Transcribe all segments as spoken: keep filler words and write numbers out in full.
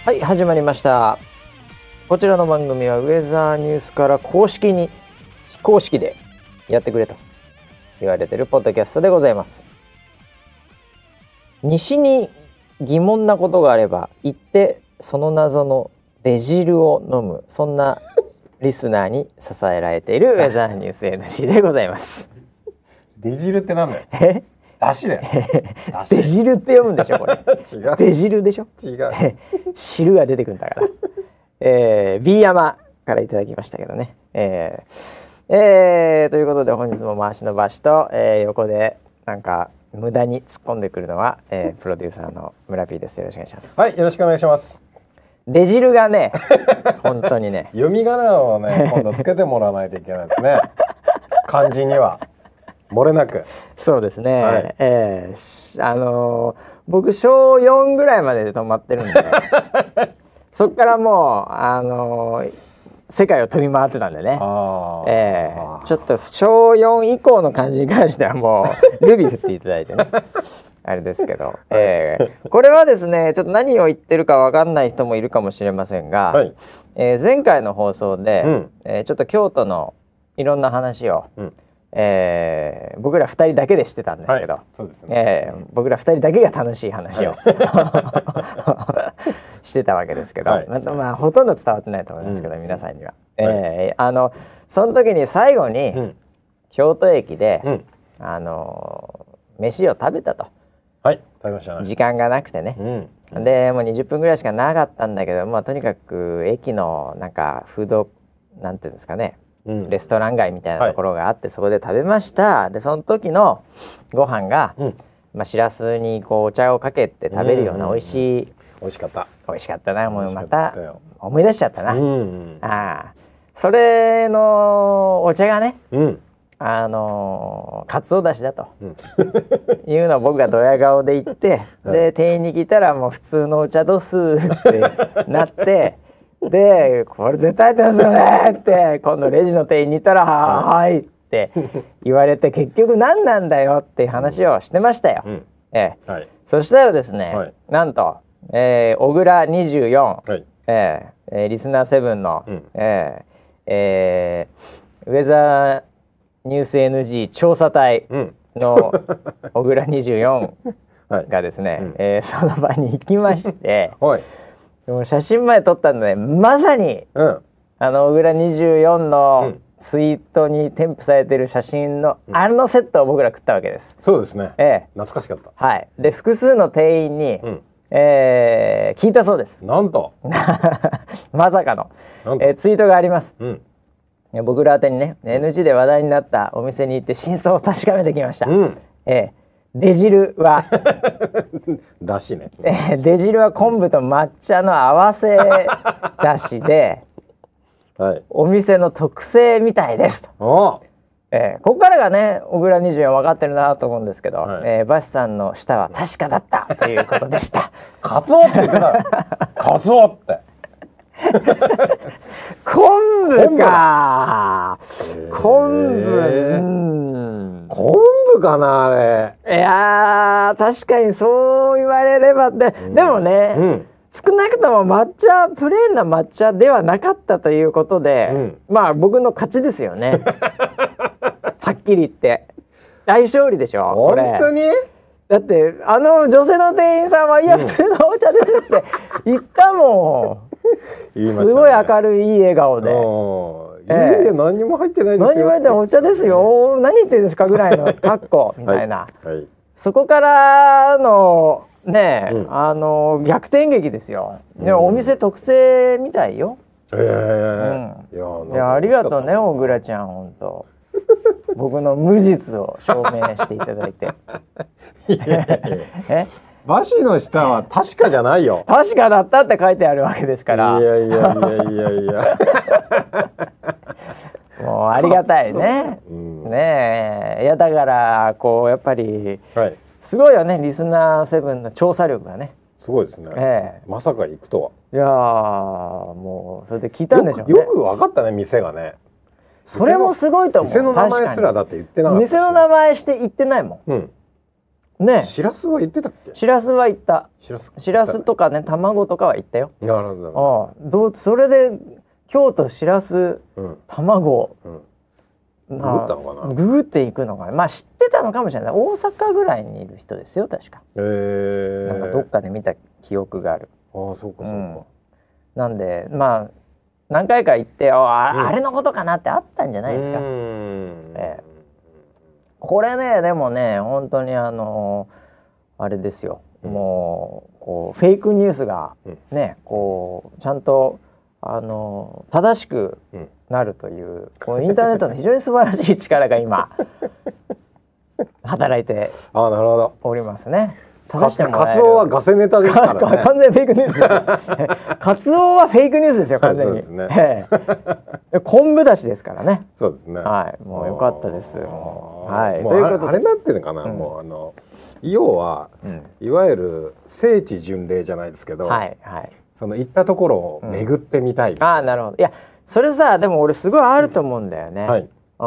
はい、始まりました。こちらの番組はウェザーニュースから公式に非公式でやってくれと言われているポッドキャストでございます。西に疑問なことがあれば言ってその謎の出汁を飲む、そんなリスナーに支えられているウェザーニュース エヌジー でございます。 出汁ってなんだよ。 え出汁だよ。 出汁って読むんでしょこれ。 違う。 出汁でしょ。 違う。 汁が出てくるんだから。えー、B 山からいただきましたけどね。えーえー、ということで本日も回しのばしと、えー、横でなんか無駄に突っ込んでくるのは、えー、プロデューサーの村 P です。よろしくお願いします。 はい、よろしくお願いします。 出汁がね、本当にね。 読み仮名をね、今度つけてもらわないといけないですね。漢字には漏れなく。 そうですね。 はい、 えー、あのー、僕小よんぐらいまでで止まってるんで、そっからもうあのー、世界を飛び回ってたんでね。あ、えー、ちょっと小よん以降の漢字に関してはもうルビ振っていただいてね。あれですけど、えー、これはですね、ちょっと何を言ってるか分かんない人もいるかもしれませんが、はい、えー、前回の放送で、うん、えー、ちょっと京都のいろんな話を、うん、えー、僕らふたりだけでしてたんですけど、はい、そうですね、えー、僕らふたりだけが楽しい話を、はい、してたわけですけど、はい、またまあほとんど伝わってないと思いますけど、うん、皆さんには、えーはい、あのその時に最後に、うん、京都駅で、うん、あの飯を食べたと。 はい、食べましたね。 時間がなくてね、うん、でもうにじゅっぷんぐらいしかなかったんだけど、まあ、とにかく駅のなんかフードなんていうんですかね、うん、レストラン街みたいなところがあって、はい、そこで食べました。でその時のご飯が、うん、まあ、しらすにこうお茶をかけて食べるような美味しい、うんうんうん、 美味しかった美味しかったな。もうまた思い出しちゃったな、うんうん、あそれのお茶がね、うん、あのー、かつおだしだと、うん、いうのを僕がドヤ顔で言って、うん、で店員に聞いたらもう普通のお茶どすってなってでこれ絶対入ってますよねって今度レジの店員に言ったらははいって言われて結局何なんだよっていう話をしてましたよ、うん、ええ、はい、そしたらですね、はい、なんと、えー、小倉にじゅうよん、はい、えー、リスナーセブンの、うん、えーえー、ウェザーニュース エヌジー 調査隊の小倉にじゅうよんがですね、はい、うん、えー、その場に行きまして、はい、でも写真前撮ったのでまさに、うん、あの小倉にじゅうよんのツイートに添付されている写真の、うん、あのセットを僕ら食ったわけです。 そうですね、えー、懐かしかった。 はい、で複数の店員に、うん、えー、聞いたそうです。 なんとまさかの、えー、ツイートがあります、うん、僕ら宛てにね エヌジー で話題になったお店に行って真相を確かめてきました、うん、えー、出汁はだしね、 えー、出汁は昆布と抹茶の合わせだしで、はい、お店の特製みたいですと。えー、ここからがね小倉にじゅうよん分かってるなと思うんですけど、はい、えー、バシさんの舌は確かだったということでしたカツオって言ってたカツオって昆布か昆布、うん、 昆布かなあれ。 いや確かにそう言われればで、うん、でもね、うん、少なくとも抹茶プレーンな抹茶ではなかったということで、うん、まあ僕の勝ちですよねはっきり言って大勝利でしょこれ。 本当にだってあの女性の店員さんはいや、うん、普通のお茶ですって言ったもん言いましたね、すごい明るいいい笑顔で、 いやいや何にも入ってないですよ、 何にも入ってないお茶ですよ、何言ってるんですかぐらいのカッコみたいな、はいはい、そこからのね、うん、あの逆転劇ですよ、うん、でもお店特製みたいよ、えーうん、いや、いやありがとうね小倉ちゃん本当僕の無実を証明していただいていやいやいやえバシの下は確かじゃないよ。 確かだったって書いてあるわけですから。 いやいやいやいやいやもうありがたいね、うん、ねえ。いやだからこうやっぱり、はい、すごいよねリスナーセブンの調査力がね。 すごいですね、えー、まさか行くとは。 いやもうそれで聞いたんでしょうね。 よく、よく分かったね店がね。 それもすごいと思う。 店の名前すらだって言ってなかったし。 店の名前して言ってないもん、うん、 ね。 しらすは言ってたっけ？ しらすは言った。 しらす、 しらすとかね、卵とかは言ったよ。 なるほど。 ああ、どうそれで京都しらす、うん、卵、うん、 ググったのかな。 ググっていくのかな。まあ知ってたのかもしれない。大阪ぐらいにいる人ですよ確か。 へえ。 なんかどっかで見た記憶がある。 ああそうかそうか。うん、 なんでまあ何回か行ってあ、うん、あれのことかなってあったんじゃないですか。うん、えー、これねでもね本当にあのー、あれですよ。うん、もうこうフェイクニュースがね、うん、こうちゃんとあのー、正しくなるという、うん、このインターネットの非常に素晴らしい力が今働いておりますね。 正してもらえる。カツオはガセネタですからね。 完全フェイクニュースですよ。カツオはフェイクニュースですよ完全に。そうですね。昆布だしですからね。 そうですね。 はい、もう良かったです。もうはい。 もうということであれなんていうのかな、うん、もうあの要は、うん、いわゆる聖地巡礼じゃないですけど、はいはい、その行ったところを巡ってみたい、うん。ああなるほど。いやそれさでも俺すごいあると思うんだよね。うん、はい。うん。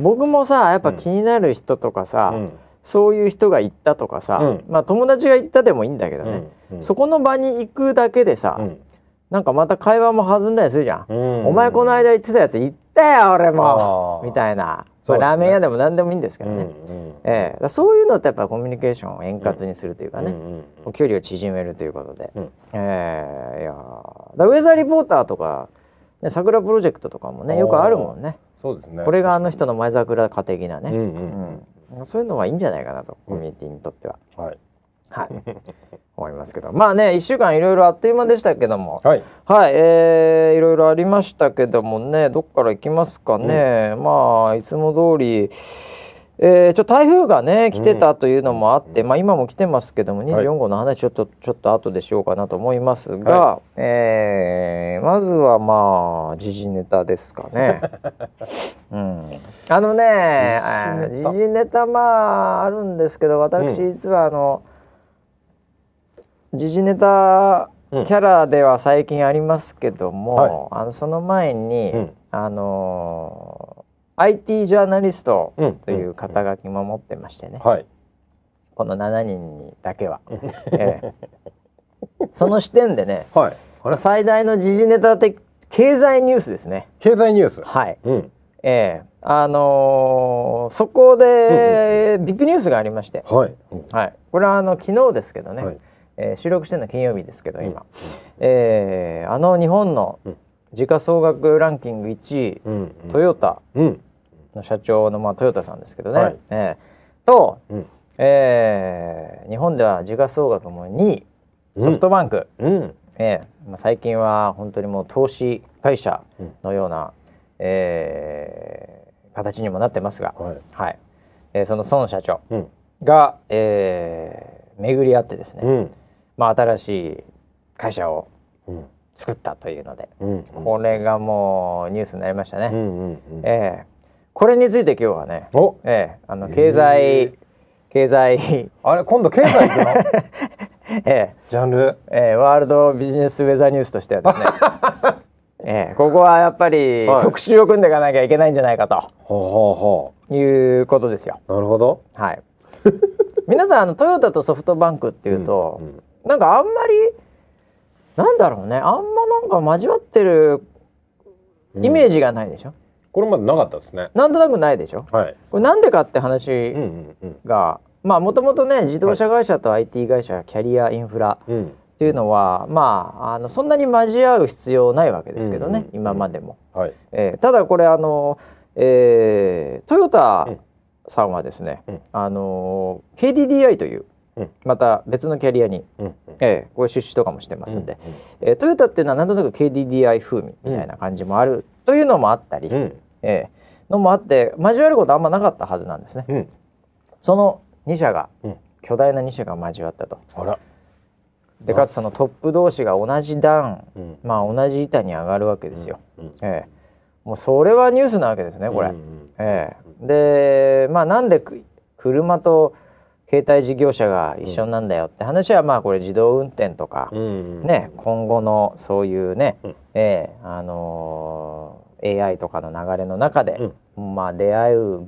僕もさやっぱ気になる人とかさ。うん、そういう人が行ったとかさ、うん、まあ友達が行ったでもいいんだけどね、うんうん、そこの場に行くだけでさ、うん、なんかまた会話も弾んだりするじゃん、うん、お前この間言ってたやつ行ったよ俺もみたいな、まあ、ラーメン屋でも何でもいいんですけどね、うんうん、えー、そういうのってやっぱコミュニケーションを円滑にするというかね、うんうん、距離を縮めるということで、うん、えー、いやだウェザーリポーターとか、ね、桜プロジェクトとかもねよくあるもんね。そうですね。これがあの人の前桜か的なね、うんうんうん、そういうのはいいんじゃないかなと、コミュニティにとっては、うん、はい、はい、思いますけど、まあねいっしゅうかんいろいろあっという間でしたけども、はい、はい、えー、いろいろありましたけどもね、どっから行きますかね、うん、まあいつも通り、えー、ちょっと台風がね来てたというのもあって、うん、まあ今も来てますけどもにじゅうよんごうの話ちょっとちょっと後でしようかなと思いますが、はい、えー、まずはまあ時事ネタですかね。うん、あのね時事ネタまああるんですけど、私実はあの、うん、時事ネタキャラでは最近ありますけども、はい、あのその前に、うん、あのーアイティー ジャーナリストという肩書きも持ってましてね、うんうんうん、このしちにんにだけは、えー、その視点でね、はい、あれ最大の時事ネタって経済ニュースですね。 経済ニュース、 はい、うん、えー、あのー、そこでビッグニュースがありまして、はいはい、これはあの昨日ですけどね、はい、えー、収録してるのは金曜日ですけど今、うん、えー、あの日本の時価総額ランキングいちい、うんうん、トヨタの社長の、まあ、トヨタさんですけどね、はい、えー、と、うん、えー、日本では時価総額もにいソフトバンク、うん、えーまあ、最近は本当にもう投資会社のような、うん、えー、形にもなってますが、はいはい、えー、その孫社長が、うん、えー、巡り合ってですね、うん、まあ、新しい会社を、うん、作ったというので、うんうん、これがもうニュースになりましたね、うんうんうん、えー、これについて今日はね、えー、あの経済、えー、経済あれ今度経済行くのえー、 ジャンル、 えー、ワールドビジネスウェザーニュースとしてはですね、えー、ここはやっぱり、はい、特集を組んでいかなきゃいけないんじゃないかと、ほうほうほういうことですよ。 なるほど、 はい、皆さんあのトヨタとソフトバンクっていうと、うんうん、なんかあんまりなんだろうね、あんまなんか交わってるイメージがないでしょ、うん、 これまでなかったですね。 なんとなくないでしょ、はい、これなんでかって話が、うんうんうん、まあもともとね自動車会社と アイティー 会社、はい、キャリアインフラっていうのは、うん、まあ、あのそんなに交わる必要ないわけですけどね、うんうんうん、今までも、はい、えー、ただこれあの、えー、トヨタさんはですね、うん、あの ケーディーディーアイ といううん、また別のキャリアに、うんうん、えー、これ出資とかもしてますんで、うんうん、えー、トヨタっていうのはなんとなく ケーディーディーアイ 風味みたいな感じもあるというのもあったり、うん、えー、のもあって交わることあんまなかったはずなんですね、うん、そのに社が、うん、巨大なに社が交わったと。あらでかつそのトップ同士が同じ段、うん、まあ同じ板に上がるわけですよ、うんうん、えー、もうそれはニュースなわけですねこれ、うんうん、えー、でまあなんで車と携帯事業者が一緒なんだよって話は、まあこれ自動運転とか、うんうん、ね、今後のそういうね、うん、えー、あのー、エーアイ とかの流れの中で、うん、まあ出会うべ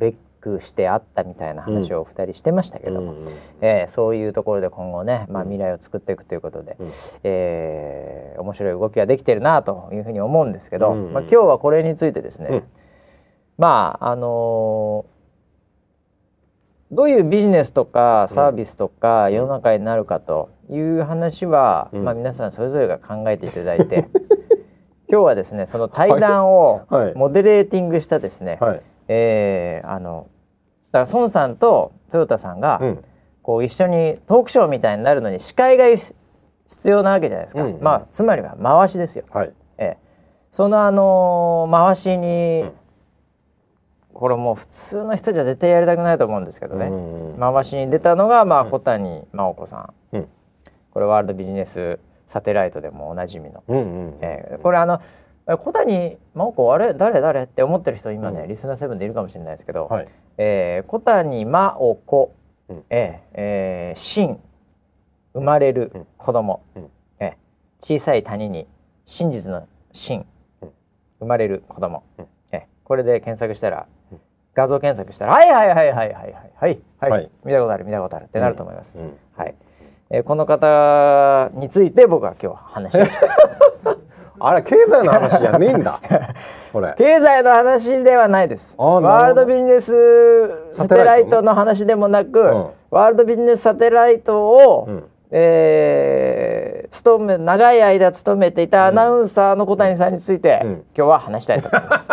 くしてあったみたいな話をふたりしてましたけども、うんえー、そういうところで今後ね、まあ、未来を作っていくということで、うんえー、面白い動きができてるなというふうに思うんですけど、うんまあ、今日はこれについてですね、うん、まああのー、どういうビジネスとかサービスとか世の中になるかという話は、うんまあ、皆さんそれぞれが考えていただいて今日はですねその対談をモデレーティングしたですね、はいえー、あのだから孫さんと豊田さんが、うん、こう一緒にトークショーみたいになるのに司会が必要なわけじゃないですか、うんうんまあ、つまりは回しですよ、はいえー、その、あのー、回しに、うん、これもう普通の人じゃ絶対やりたくないと思うんですけどね、うんうん、回しに出たのが、まあ、小谷真央子さん、うん、これワールドビジネスサテライトでもおなじみの、うんうんえー、これあの小谷真央子あれ誰誰って思ってる人今ね、うん、リスナーセブンでいるかもしれないですけど、はいえー、小谷真央子、うんえーえー、真生まれる子供、うんえー、小さい谷に真実の真、うん、生まれる子供、うんえー、これで検索したら、うん、画像検索したらはいはいはいはいはいはいはいはい、はい、見たことある見たことあるってなると思います、うんうん、はいえー、この方について僕は今日は話してあれ経済の話じゃねえんだこれ経済の話ではないです。ワールドビジネスサテライトの話でもなく、うん、ワールドビジネスサテライトを、うんえー、勤め長い間勤めていたアナウンサーの小谷さんについて、うん、今日は話したいと思います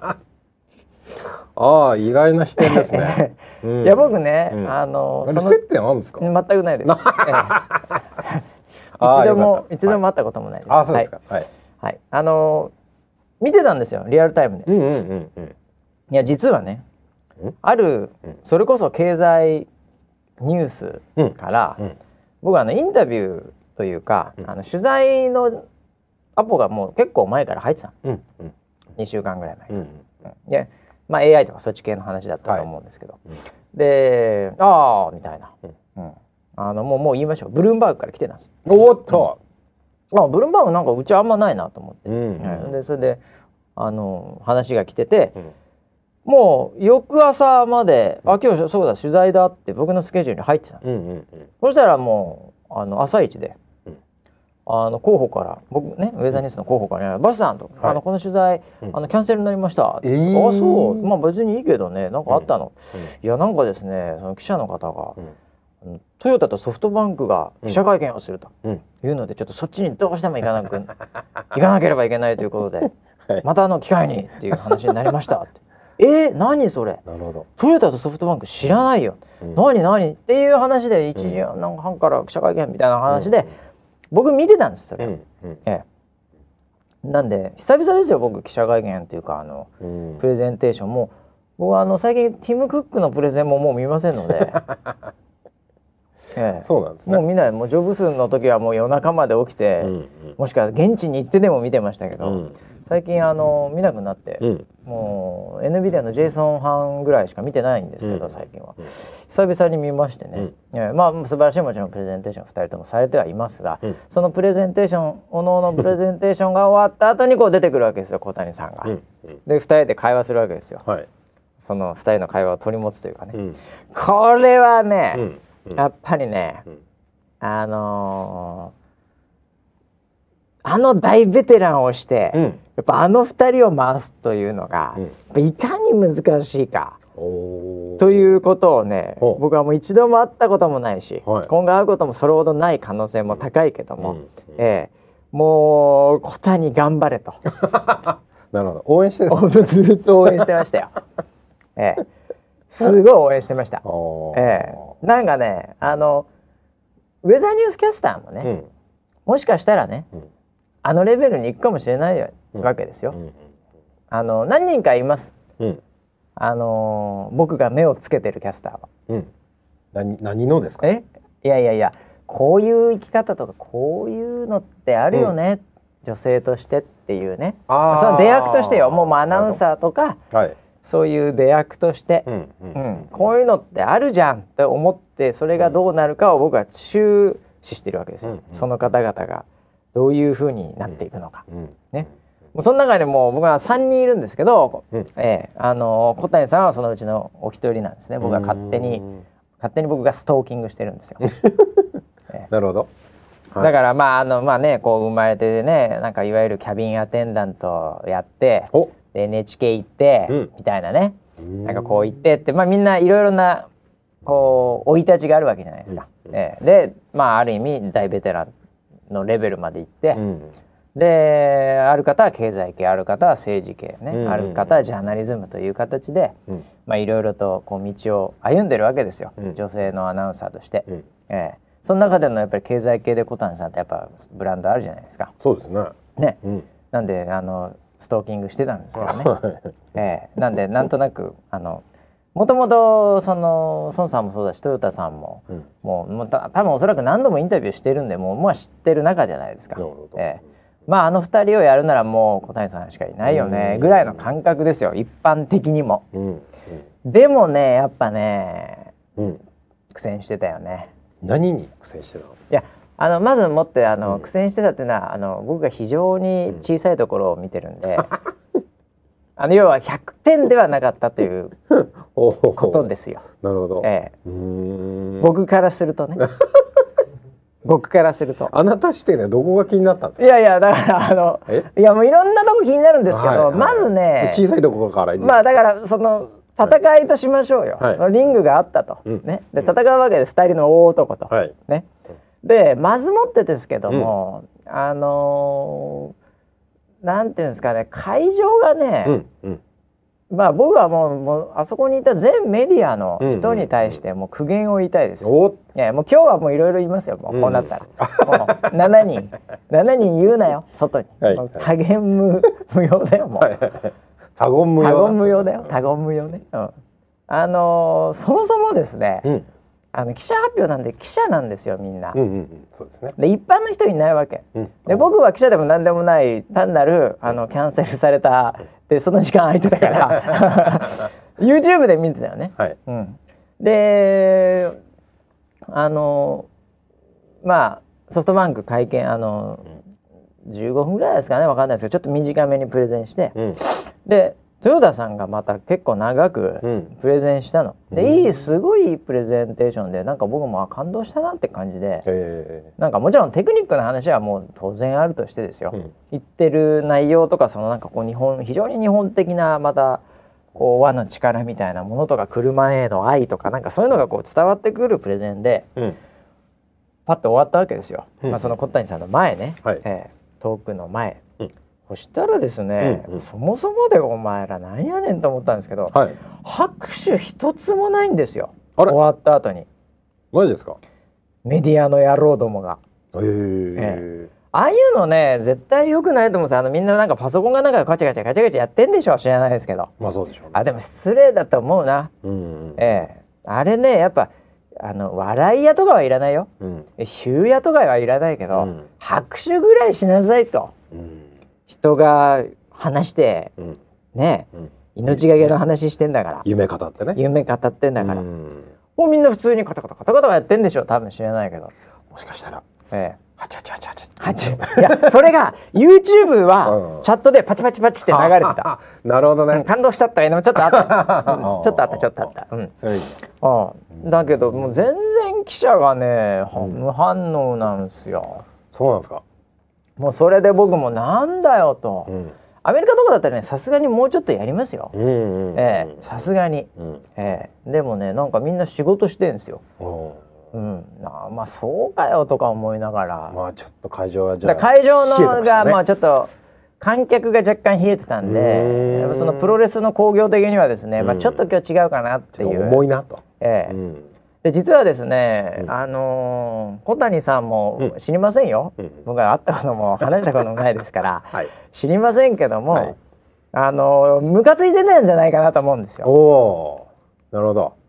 ああ意外な視点ですねうん、いや僕ね、うん、あのその接点あるんですか？ 全くないです、えー、一度も一度も会ったこともないです。 あそうですか。はい、 はい、あの見てたんですよリアルタイムで、うんうんうんうん、いや実はねあるそれこそ経済ニュースから、うんうん、僕はあのインタビューというか、うん、あの取材のアポがもう結構前から入ってたの、うんうん、にしゅうかんぐらい前、うんうん、でまあ、エーアイ とかそっち系の話だったと思うんですけど、はいうん、でああみたいな、うんうん、あのもうもう言いましょうブルームバーグから来てたんです。 おっと、 うん、あブルームバーグなんかうちあんまないなと思って、うんうん、でそれであの話が来てて、うん、もう翌朝まで、うん、あ今日そうだ取材だって僕のスケジュールに入ってた、うんうんうん、そしたらもうあの朝一であの候補から僕ねウェザーニュースの候補から、ね、バスさんと、はい、あのこの取材、うん、あのキャンセルになりました、えー、あそうまあ別にいいけどねなんかあったの、うんうん、いやなんかですねその記者の方が、うん、トヨタとソフトバンクが記者会見をするというので、うん、ちょっとそっちにどうしても行かなく行かなければいけないということで、はい、またあの機会にっていう話になりましたってえー、何それなるほどトヨタとソフトバンク知らないよ、うん、何何っていう話でいちじはん半から記者会見みたいな話で、うん僕見てたんですそれ、うんうんええ、なんで久々ですよ僕記者会見っていうかあの、うん、プレゼンテーションも僕はあの最近ティム・クックのプレゼンももう見ませんので、 ええ、そうなんですねもう見ないもうジョブスの時はもう夜中まで起きて、うんうん、もしくは現地に行ってでも見てましたけど、うん、最近あの見なくなって、うん、もう エヌビディア のジェイソン・ハンぐらいしか見てないんですけど、うん、最近は、うん、久々に見ましてね、うんええ、まあ素晴らしいもちろんプレゼンテーションふたりともされてはいますが、うん、そのプレゼンテーションおのおのプレゼンテーションが終わった後にこう出てくるわけですよ小谷さんが、うんうん、でふたりで会話するわけですよ、はい、そのふたりの会話を取り持つというかね、うん、これはね、うんうん、やっぱりね、うんあのー、あの大ベテランをして、うん、やっぱあのふたりを回すというのが、うん、いかに難しいかということをね僕はもう一度も会ったこともないし、はい、今後会うこともそれほどない可能性も高いけども、うんうんえー、もう小谷頑張れとなるほど応援してたずっと応援してましたよ、えー、すごい応援してました、えー、なんかねあのウェザーニュースキャスターもね、うん、もしかしたらね、うん、あのレベルに行くかもしれないわけですよ、うんうん、あの何人かいます、うん、あのー、僕が目をつけてるキャスターは、うん、 何, 何のですかえいやいやいやこういう生き方とかこういうのってあるよね、うん、女性としてっていうねあその出役としてよもうアナウンサーとか、はい、そういう出役として、うんうんうん、こういうのってあるじゃんって思ってそれがどうなるかを僕は注視してるわけですよ、うんうん、その方々がどういう風になっていくのか、うんうん、ねもうその中にもう僕はさんにんいるんですけど、うん、えー、あの小谷さんはそのうちのお一人なんですね。僕は勝手に勝手に僕がストーキングしてるんですよ。 えー、なるほど。 はい、だからまああのまあねこう生まれてねなんかいわゆるキャビンアテンダントやってで エヌエイチケー 行って、うん、みたいなね、なんかこう行ってってまあみんないろいろなこう生い立ちがあるわけじゃないですか。うん、えー、でまあある意味大ベテランのレベルまで行って、うん、である方は経済系、ある方は政治系ね、うんうんうん、ある方はジャーナリズムという形で、うん、まあいろいろとこう道を歩んでるわけですよ、うん、女性のアナウンサーとして。うん、えーその中でのやっぱり経済系で小谷さんってやっぱブランドあるじゃないですか。 そうですね。 ね、うん、なんであのストーキングしてたんですけどね。えー、なんでなんとなくあのもともとその孫さんもそうだしトヨタさんも、うん、もうもうた多分おそらく何度もインタビューしてるんでもうもう知ってる中じゃないですか。えー、まああのふたりをやるならもう小谷さんしかいないよねぐらいの感覚ですよ一般的にも。うんうん、でもねやっぱね、うん、苦戦してたよね。 何に苦戦してたの？ いやあのまずもってあの、うん、苦戦してたっていうのはあの僕が非常に小さいところを見てるんで、うん、あの要はひゃくてんではなかったということですよ。なるほど、ええ、うーん僕からするとね僕からするとあなた視点でどこが気になったんですか？ いやいやだからあのいやもういろんなとこ気になるんですけど、はいはい、まずね小さいところからまあだからその戦いとしましょうよ、はい、そのリングがあったと、うん、ね、で戦うわけでふたりの大男と、はい、ね、でまずもってですけども、うん、あのー、なんていうんですかね会場がね、うんうん、まあ僕はもう、もうあそこにいた全メディアの人に対してもう苦言を言いたいです、うんうんうん、いやもう今日はもういろいろ言いますよもうこうなったら、うん、もうしちにんしちにん言うなよ外に、はいはい、多言無無用だよもう、はいはい、 多言無用多言無用だよ多言無用ね、うん、あのー、そもそもですね、うん、あの記者発表なんで記者なんですよみんな、うんうんうん、そうですね、で一般の人いないわけ、うん、で僕は記者でも何でもない単なるあのキャンセルされたでその時間空いてたから YouTube で見てたよね、はい、うん、であのー、まあソフトバンク会見あのーじゅうごふんぐらいですかね分かんないですけどちょっと短めにプレゼンして、うん、で豊田さんがまた結構長くプレゼンしたの、うん、でいいすごいいいプレゼンテーションでなんか僕も感動したなって感じで、なんかもちろんテクニックの話はもう当然あるとしてですよ、うん、言ってる内容とかそのなんかこう日本非常に日本的なまたこう和の力みたいなものとか車への愛とかなんかそういうのがこう伝わってくるプレゼンで、うん、パッと終わったわけですよ、うん、まあ、その小谷さんの前ね、はい、えートークの前、うん、そしたらですね、うんうん、そもそもでお前らなんやねんと思ったんですけど、はい、拍手一つもないんですよ終わった後に。 マジですか？ メディアの野郎どもが、えーえー、ああいうのね絶対良くないと思うんですよ。あのみんななんかパソコンがなんかガチャガチャガチャガチャやってんでしょ知らないですけど、 まあそうでしょうね。 あでも失礼だと思うな、うんうん、えー、あれねやっぱあの笑い屋とかはいらないよ、うん、ヒュー屋とかはいらないけど、うん、拍手ぐらいしなさいと、うん、人が話して、うん、ね、うん、命がけの話してんだから、 夢語ってね夢語ってんだから、うん、もうみんな普通にカタカタカタカタやってんでしょ多分知らないけど、 もしかしたら、 ええ、 はちはちはちはちはちいやそれが YouTube はチャットでパチパチパチって流れてたなるほどね、 うん、感動しちゃったのもちょっとあった、うん、ちょっとあったちょっとあった、うん、それいいね、うん、だけどもう全然記者がね、うん、無反応なんですよ。 そうなんですか？ もうそれで僕もなんだよと、うん、アメリカとかだったらねさすがにもうちょっとやりますよ、さすがに、うん、えー、でもねなんかみんな仕事してんですよ、うん、あまあそうかよとか思いながら、 まあちょっと会場はじゃあ会場のがまあちょっと観客が若干冷えてたんで、そのプロレスの興行的にはですね、まあちょっと今日違うかなっていう、 重いなと、 ええ、うん、で実はですね、うん、あのー、小谷さんも知りませんよ、うん、僕は会ったことも話したこともないですから、はい、知りませんけども、はい、あのー、ムカついてたんじゃないかなと思うんですよ。 おー、なるほど。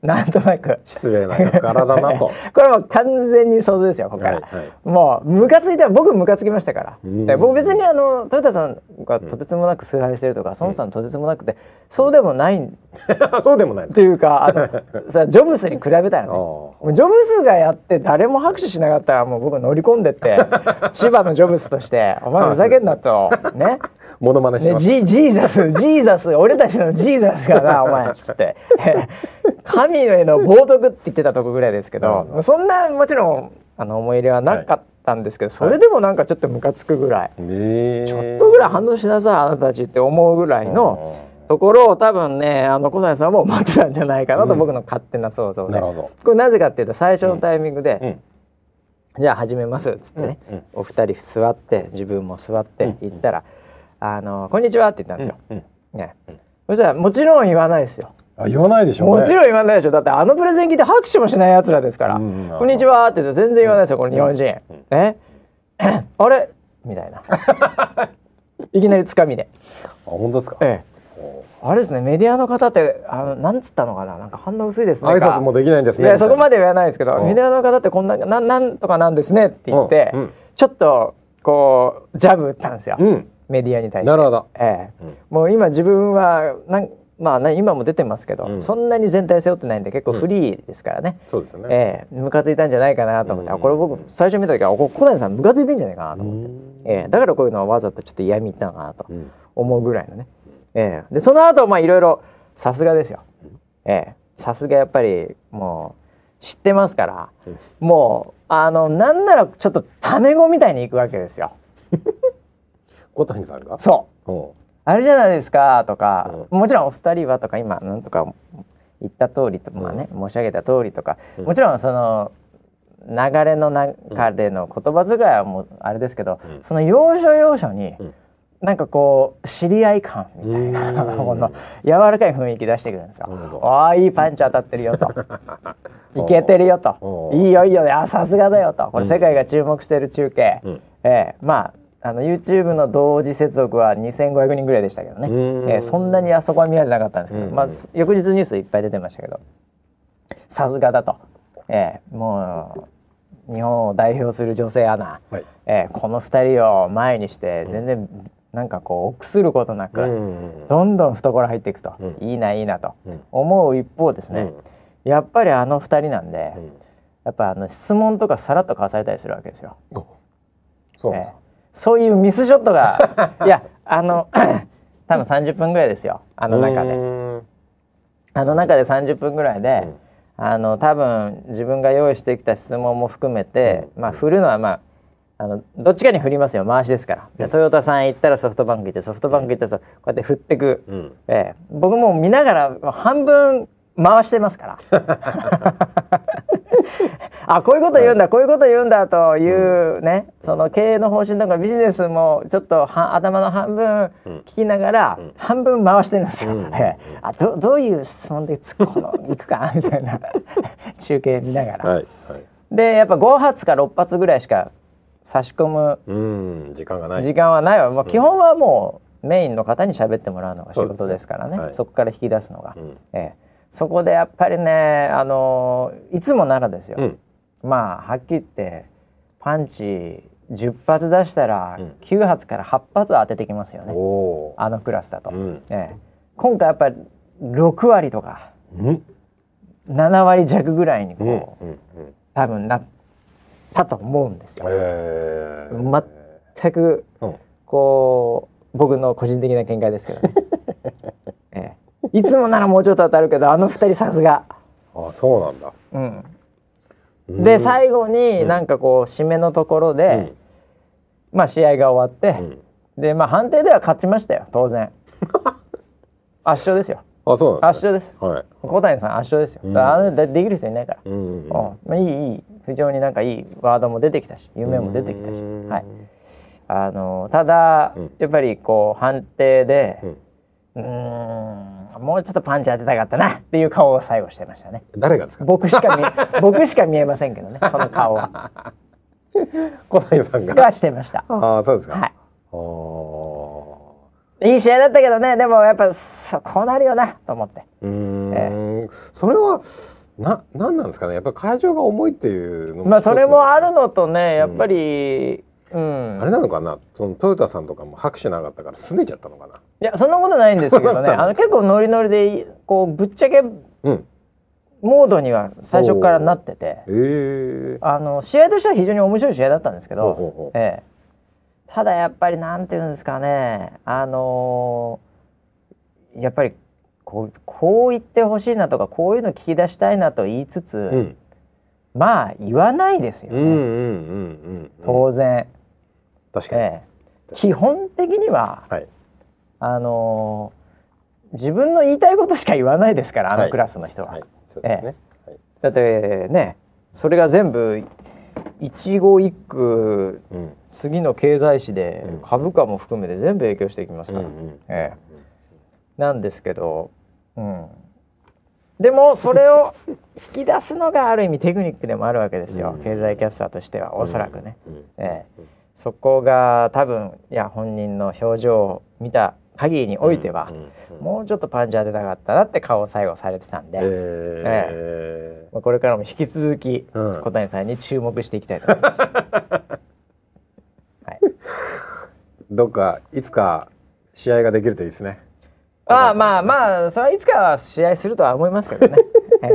なんとなく失礼な柄だなとこれも完全に想像ですよここから、はいはい、もうムカついたら僕ムカつきましたから、僕別にあの豊田さんがとてつもなく崇拝してるとか、孫さんとてつもなくてそうでもないんそうでもないっていうかあのさジョブスに比べたらねジョブスがやって誰も拍手しなかったらもう僕乗り込んでって千葉のジョブスとしてお前ふざけんなとねモノマネしてます、 ね、ジ, ジーザスジーザス俺たちのジーザスがなお前っつって神への冒涜って言ってたとこぐらいですけど、うん、そんなもちろんあの思い入れはなかったんですけど、はい、それでもなんかちょっとムカつくぐらい、はい、ちょっとぐらい反応しなさいあなたたちって思うぐらいのところを多分ねあの小谷さんも待ってたんじゃないかなと、うん、僕の勝手な想像で、なるほどこれなぜかっていうと最初のタイミングで、うんうんじゃあ始めますっつってね、うんうん、お二人座って自分も座って行ったら、うんうん、あのこんにちはって言ったんですよ、うんうんねうん、そしたらもちろん言わないですよ。 あ言わないでしょうね。 もちろん言わないでしょ。だってあのプレゼン聞いて拍手もしないやつらですから、うんうん、こんにちはって言って全然言わないですよ、この日本人、うんうん、えあれみたいないきなりつかみであ本当ですか、 ええあれですねメディアの方ってあのなんつったのかななんか反応薄いですね挨拶もできないんですね。 いやそこまでは言わないですけど、うん、メディアの方ってこんな な, なんとかなんですねって言って、うんうん、ちょっとこうジャブ打ったんですよ、うん、メディアに対して。 なるほど、 ええうん、もう今自分はなんまあ今も出てますけど、うん、そんなに全体背負ってないんで結構フリーですからね、 うん、そうですよね、 ええ、ムカついたんじゃないかなと思って、うん、これ僕最初見た時は小谷さんムカついてんじゃないかなと思って、ええ、だからこういうのをわざとちょっと嫌み言ったのかなと思うぐらいのね、ええ、でその後まあいろいろさすがですよ、ええ、さすがやっぱりもう知ってますから、うん、もうあのなんならちょっとタメ語みたいに行くわけですよ小谷さんがそうあれじゃないですかとか、うん、もちろんお二人はとか今なんとか言った通りとか、まあね、申し上げた通りとか、うん、もちろんその流れの中での言葉遣いはもうあれですけど、うん、その要所要所に、うんなんかこう知り合い感みたいなこの柔らかい雰囲気出してくるんですよ。ああいいパンチ当たってるよといけてるよといいよいいよあさすがだよとこれ世界が注目してる中継、うんえー、まああの YouTube の同時接続はにせんごひゃくにんぐらいでしたけどね、えー、そんなにあそこは見られてなかったんですけど、まあ、翌日ニュースいっぱい出てましたけどさすがだと、えー、もう日本を代表する女性アナ、はいえー、このふたりを前にして全然、うんなんかこう臆することなく、うんうんうん、どんどん懐入っていくと、うん、いいないいなと思う一方ですね、うん、やっぱりあのふたりなんで、うん、やっぱあの質問とかさらっとかわされたりするわけですよ。 そうです、 えー、そういうミスショットがいやあの多分さんじゅっぷんぐらいですよあの中であの中でさんじゅっぷんぐらいで、うん、あの多分自分が用意してきた質問も含めて、うん、まあ振るのはまああのどっちかに振りますよ回しですから、うん、トヨタさん行ったらソフトバンク行ってソフトバンク行ったらこうやって振ってく、うんえー、僕も見ながら半分回してますからあこういうこと言うんだ、はい、こういうこと言うんだというね、うん、その経営の方針とかビジネスもちょっとは頭の半分聞きながら、うん、半分回してるんですよ、うん、えー、あ ど, どういう質問で突っ込むいくかみたいな中継見ながら、はいはい、でやっぱご発かろっ発ぐらいしか差し込むうん時間がない時間はないわ、まあ、基本はもうメインの方に喋ってもらうのが仕事ですからね、 そ, ね、はい、そこから引き出すのが、うんええ、そこでやっぱりね、あのー、いつもならですよ、うん、まあはっきり言ってパンチじゅっ発出したらきゅう発からはち発は当ててきますよね、うん、あのクラスだと、うんええ、今回やっぱりろく割とか、うん、なな割弱ぐらいにこう、うんうんうん、多分なってたと思うんですよ、えー、全くこう、うん、僕の個人的な見解ですけどね、えー、いつもならもうちょっと当たるけどあのふたりさすがあそうなんだ、 うん、で最後になんかこう締めのところで、うん、まあ試合が終わって、うん、でまあ判定では勝ちましたよ当然圧勝ですよ。 あそうなんですね、圧勝です、はい、小谷さん圧勝ですよ、うん、あれできる人いないから、うんうんうんまあ、いいいい非常になんかいいワードも出てきたし夢も出てきたし、はい、あのただ、うん、やっぱりこう判定で、うん、うーんもうちょっとパンチ当てたかったなっていう顔を最後してましたね。 誰がですか？ 僕しか見僕しか見えませんけどねその顔は小谷さんががしてました。 ああそうですか、はい、 いい試合だったけどねでもやっぱそこうなるよなと思って、うーんええ、それはな何なんですかね。やっぱり会場が重いっていうのも、 まあそれもあるのとね、やっぱり、うん、 あれなのかな、そのトヨタさんとかも拍手なかったから拗ねちゃったのかな。 いやそんなことないんですけどねあの結構ノリノリでこうぶっちゃけ、うん、モードには最初からなってて、えー、あの試合としては非常に面白い試合だったんですけど、ほうほうほう、ええ、ただやっぱりなんていうんですかね、あのー、やっぱりこう、こう言ってほしいなとかこういうの聞き出したいなと言いつつ、うん、まあ言わないですよね、当然。 確かに、 ええ、基本的には、はい、あのー、自分の言いたいことしか言わないですから、あのクラスの人は。だってね、それが全部一語一句、うん、次の経済誌で株価も含めて全部影響していきますから、うんうん、ええ、なんですけど、うん、でもそれを引き出すのがある意味テクニックでもあるわけですよ、うん、経済キャスターとしてはおそらくね、うんうん、ええ、そこが多分いや本人の表情を見た限りにおいては、うんうんうん、もうちょっとパンチ当てたかったなって顔を最後されてたんで、えーえー、これからも引き続き、うん、小谷さんに注目していきたいと思います、はい、 どっかいつか試合ができるといいですね。 ああ、まあまあそれはいつかは試合するとは思いますけどね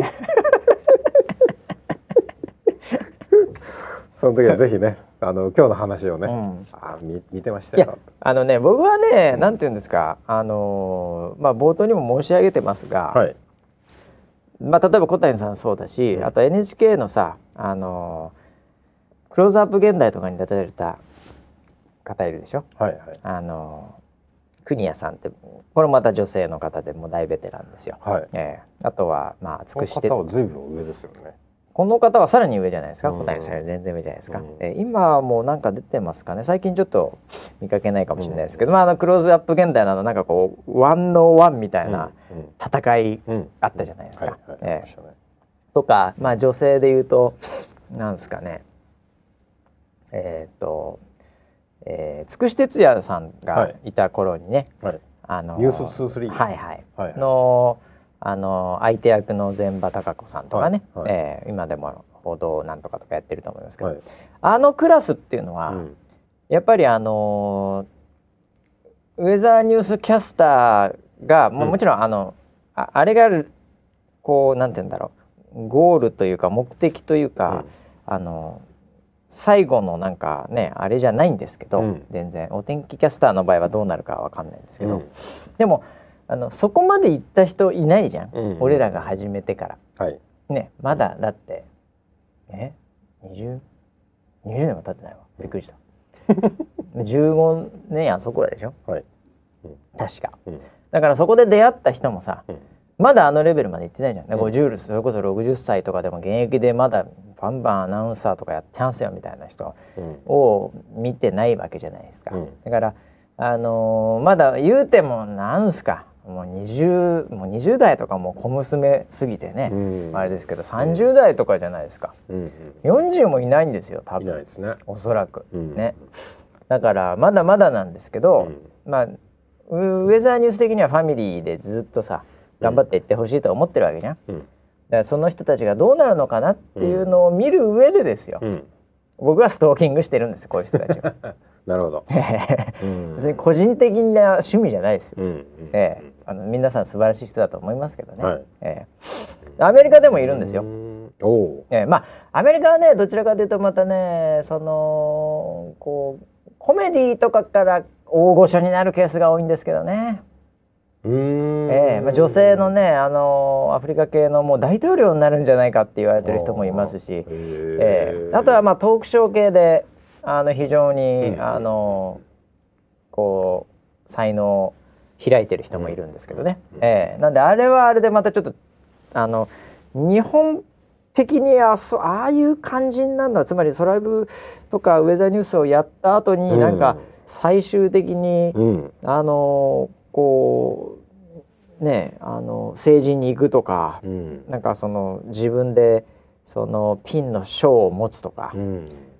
その時はぜひね、あの今日の話をね、うん、あ 見, 見てましたよ。いやあのね、僕はね、うん、なんていうんですか、あのー、まあ冒頭にも申し上げてますが、はい、まあ例えば小谷さんそうだし、うん、あと エヌエイチケー のさ、あのー、クローズアップ現代とかに出られた方いるでしょ。はいはい、あのー、国谷さんってこれまた女性の方でも大ベテランですよ。はい、えー、あとはまあ尽くして。 この方は随分上ですよね。 この方はさらに上じゃないですか、小谷さんより全然上じゃないですか、うん、え今もうなんか出てますかね、最近ちょっと見かけないかもしれないですけど、うん、まあ、あのクローズアップ現代などなんかこうワンノーワンみたいな戦いあったじゃないですか、とか、まあ、女性でいうとなんですかね、えー、っと、えー、つくし哲也さんがいた頃にね、はいはい、あのニュースにじゅうさん、 はいはい、はいはい、のあの相手役の膳場貴子さんとかね、はいはい、えー、今でも報道なんとかとかやってると思いますけど、はい、あのクラスっていうのは、うん、やっぱりあのウェザーニュースキャスターが、うん、も, もちろんあの あ, あれがこうなんて言うんだろう、ゴールというか目的というか、うん、あの最後のなんかねあれじゃないんですけど、うん、全然お天気キャスターの場合はどうなるかは分かんないんですけど、うん、でもあのそこまで行った人いないじゃん、うんうん、俺らが始めてから、はい、ね、まだだってえ 20, 20年も経ってないわ、びっくりしたじゅうごねんあそこらでしょ、はい、うん、確か、うん、だからそこで出会った人もさ、うん、まだあのレベルまで行ってないじゃん、うん、ごじゅうそれこそろくじゅっさいとかでも現役でまだバンバンアナウンサーとかやってますよみたいな人を見てないわけじゃないですか、うん、だからあのー、まだ言うてもなんすかもう 20, もうにじゅう代とかも小娘すぎてね、うん、あれですけどさんじゅう代とかじゃないですか、うん、よんじゅうもいないんですよ多分、いないですね、おそらく、うん、ね、だからまだまだなんですけど、うん、まあウェザーニュース的にはファミリーでずっとさ頑張っていってほしいと思ってるわけじゃん、うん、だからその人たちがどうなるのかなっていうのを見る上でですよ、うん、僕はストーキングしてるんですよ、こういう人たちはなるほど別に個人的な趣味じゃないですよ、うんうん、えー、あの皆さん素晴らしい人だと思いますけどね、はい、えー、アメリカでもいるんですよ。お、えー、まあアメリカはねどちらかというとまたねそのこうコメディとかから大御所になるケースが多いんですけどね。うーん、えーまあ、女性のねあのアフリカ系のもう大統領になるんじゃないかって言われてる人もいますし、あ、えー、あとはまあトークショー系であの非常に、うん、あのこう才能を開いてる人もいるんですけどね、うん、えー、なんであれはあれでまたちょっとあの日本的にはそああいう感じになるのはつまりソライブとかウェザーニュースをやった後に、うん、なんか最終的に、うん、あのこうねあの政治に行くとか、うん、なんかその自分でそのピンの賞を持つとか、うん、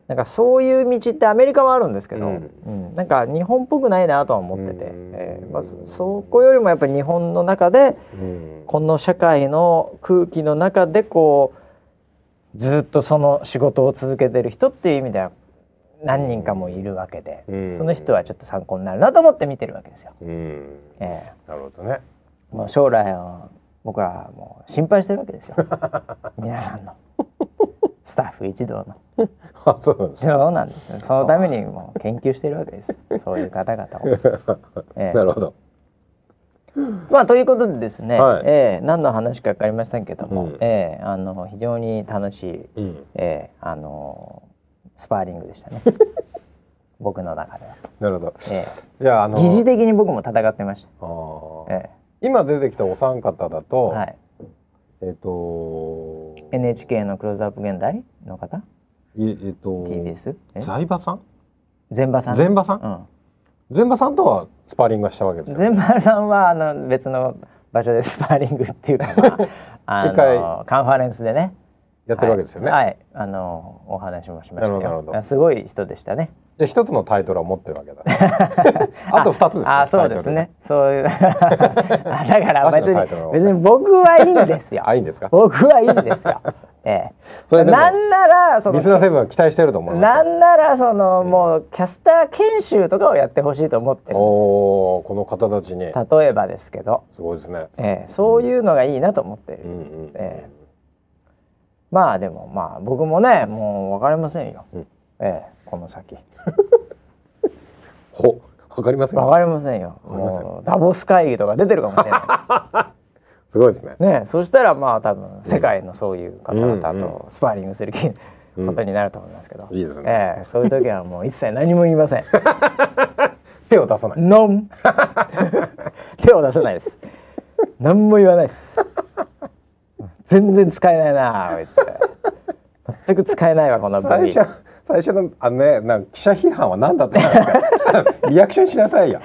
なんかそういう道ってアメリカはあるんですけど、うんうん、なんか日本っぽくないなとは思ってて、えーまあ、そこよりもやっぱり日本の中で、うん、この社会の空気の中でこうずっとその仕事を続けてる人っていう意味では何人かもいるわけで、うん、その人はちょっと参考になるなと思って見てるわけですよ。うん、 えー、なるほどね。 もう将来を僕はもう心配してるわけですよ皆さんのスタッフ一同のあ、そうなんですね。 そうなんです。そのためにもう研究してるわけですそういう方々を、 えー、なるほど。 まあということでですね、はい、えー、何の話か分かりませんけども、うん、えー、あの非常に楽しい、うん、えー、あのスパーリングでしたね僕の中では。 なるほど、 えー、じゃあ、あの疑似的に僕も戦ってました。あ、 えー、今出てきたお三方だと、はい、えっ、ー、とエヌエイチケー のクローズアップ現代の方、 えっ、ー、とティービーエス財馬さん前馬さん前馬さん、うん、前馬さんとはスパーリングがしたわけですよ。 前馬さんはあの別の場所でスパーリングっていうか、まあ、あのカンファレンスでねやってるわけですよね。 はい、はい、あのお話もしましたよ。なるほど。すごい人でしたね。 じゃあ一つのタイトルを持ってるわけだ。あと二つですね。 あ、そうですね。そういうだから別に別に僕はいいんですよ。 あ、いいんですか。 僕はいいんですよ。ええ。 それでもなんならそのリスナーセブンは期待してると思います。 なんならその、うん、もうキャスター研修とかをやってほしいと思ってるんです。 おお、この方たちに。 例えばですけど。 すごいですね。 ええ、そういうのがいいなと思ってる。うんうん、ええ。まあでもまあ僕もねもう分かりませんよ。うん、ええ、この先。 ほ、分かりません。 分かりませんよ。もうダボス会議とか出てるかもしれない。 すごいですね。 ね、そしたらまあ多分世界のそういう方々とスパーリングすることになると思いますけど。 いいですね。 ええ、そういう時はもう一切何も言いません。 手を出さない。 ノン。手を出さないです。何も言わないです。全然使えないなあいつ。全く使えないわこの最初最初のあのね、なんか記者批判は何だったんですか。リアクションしなさいよ。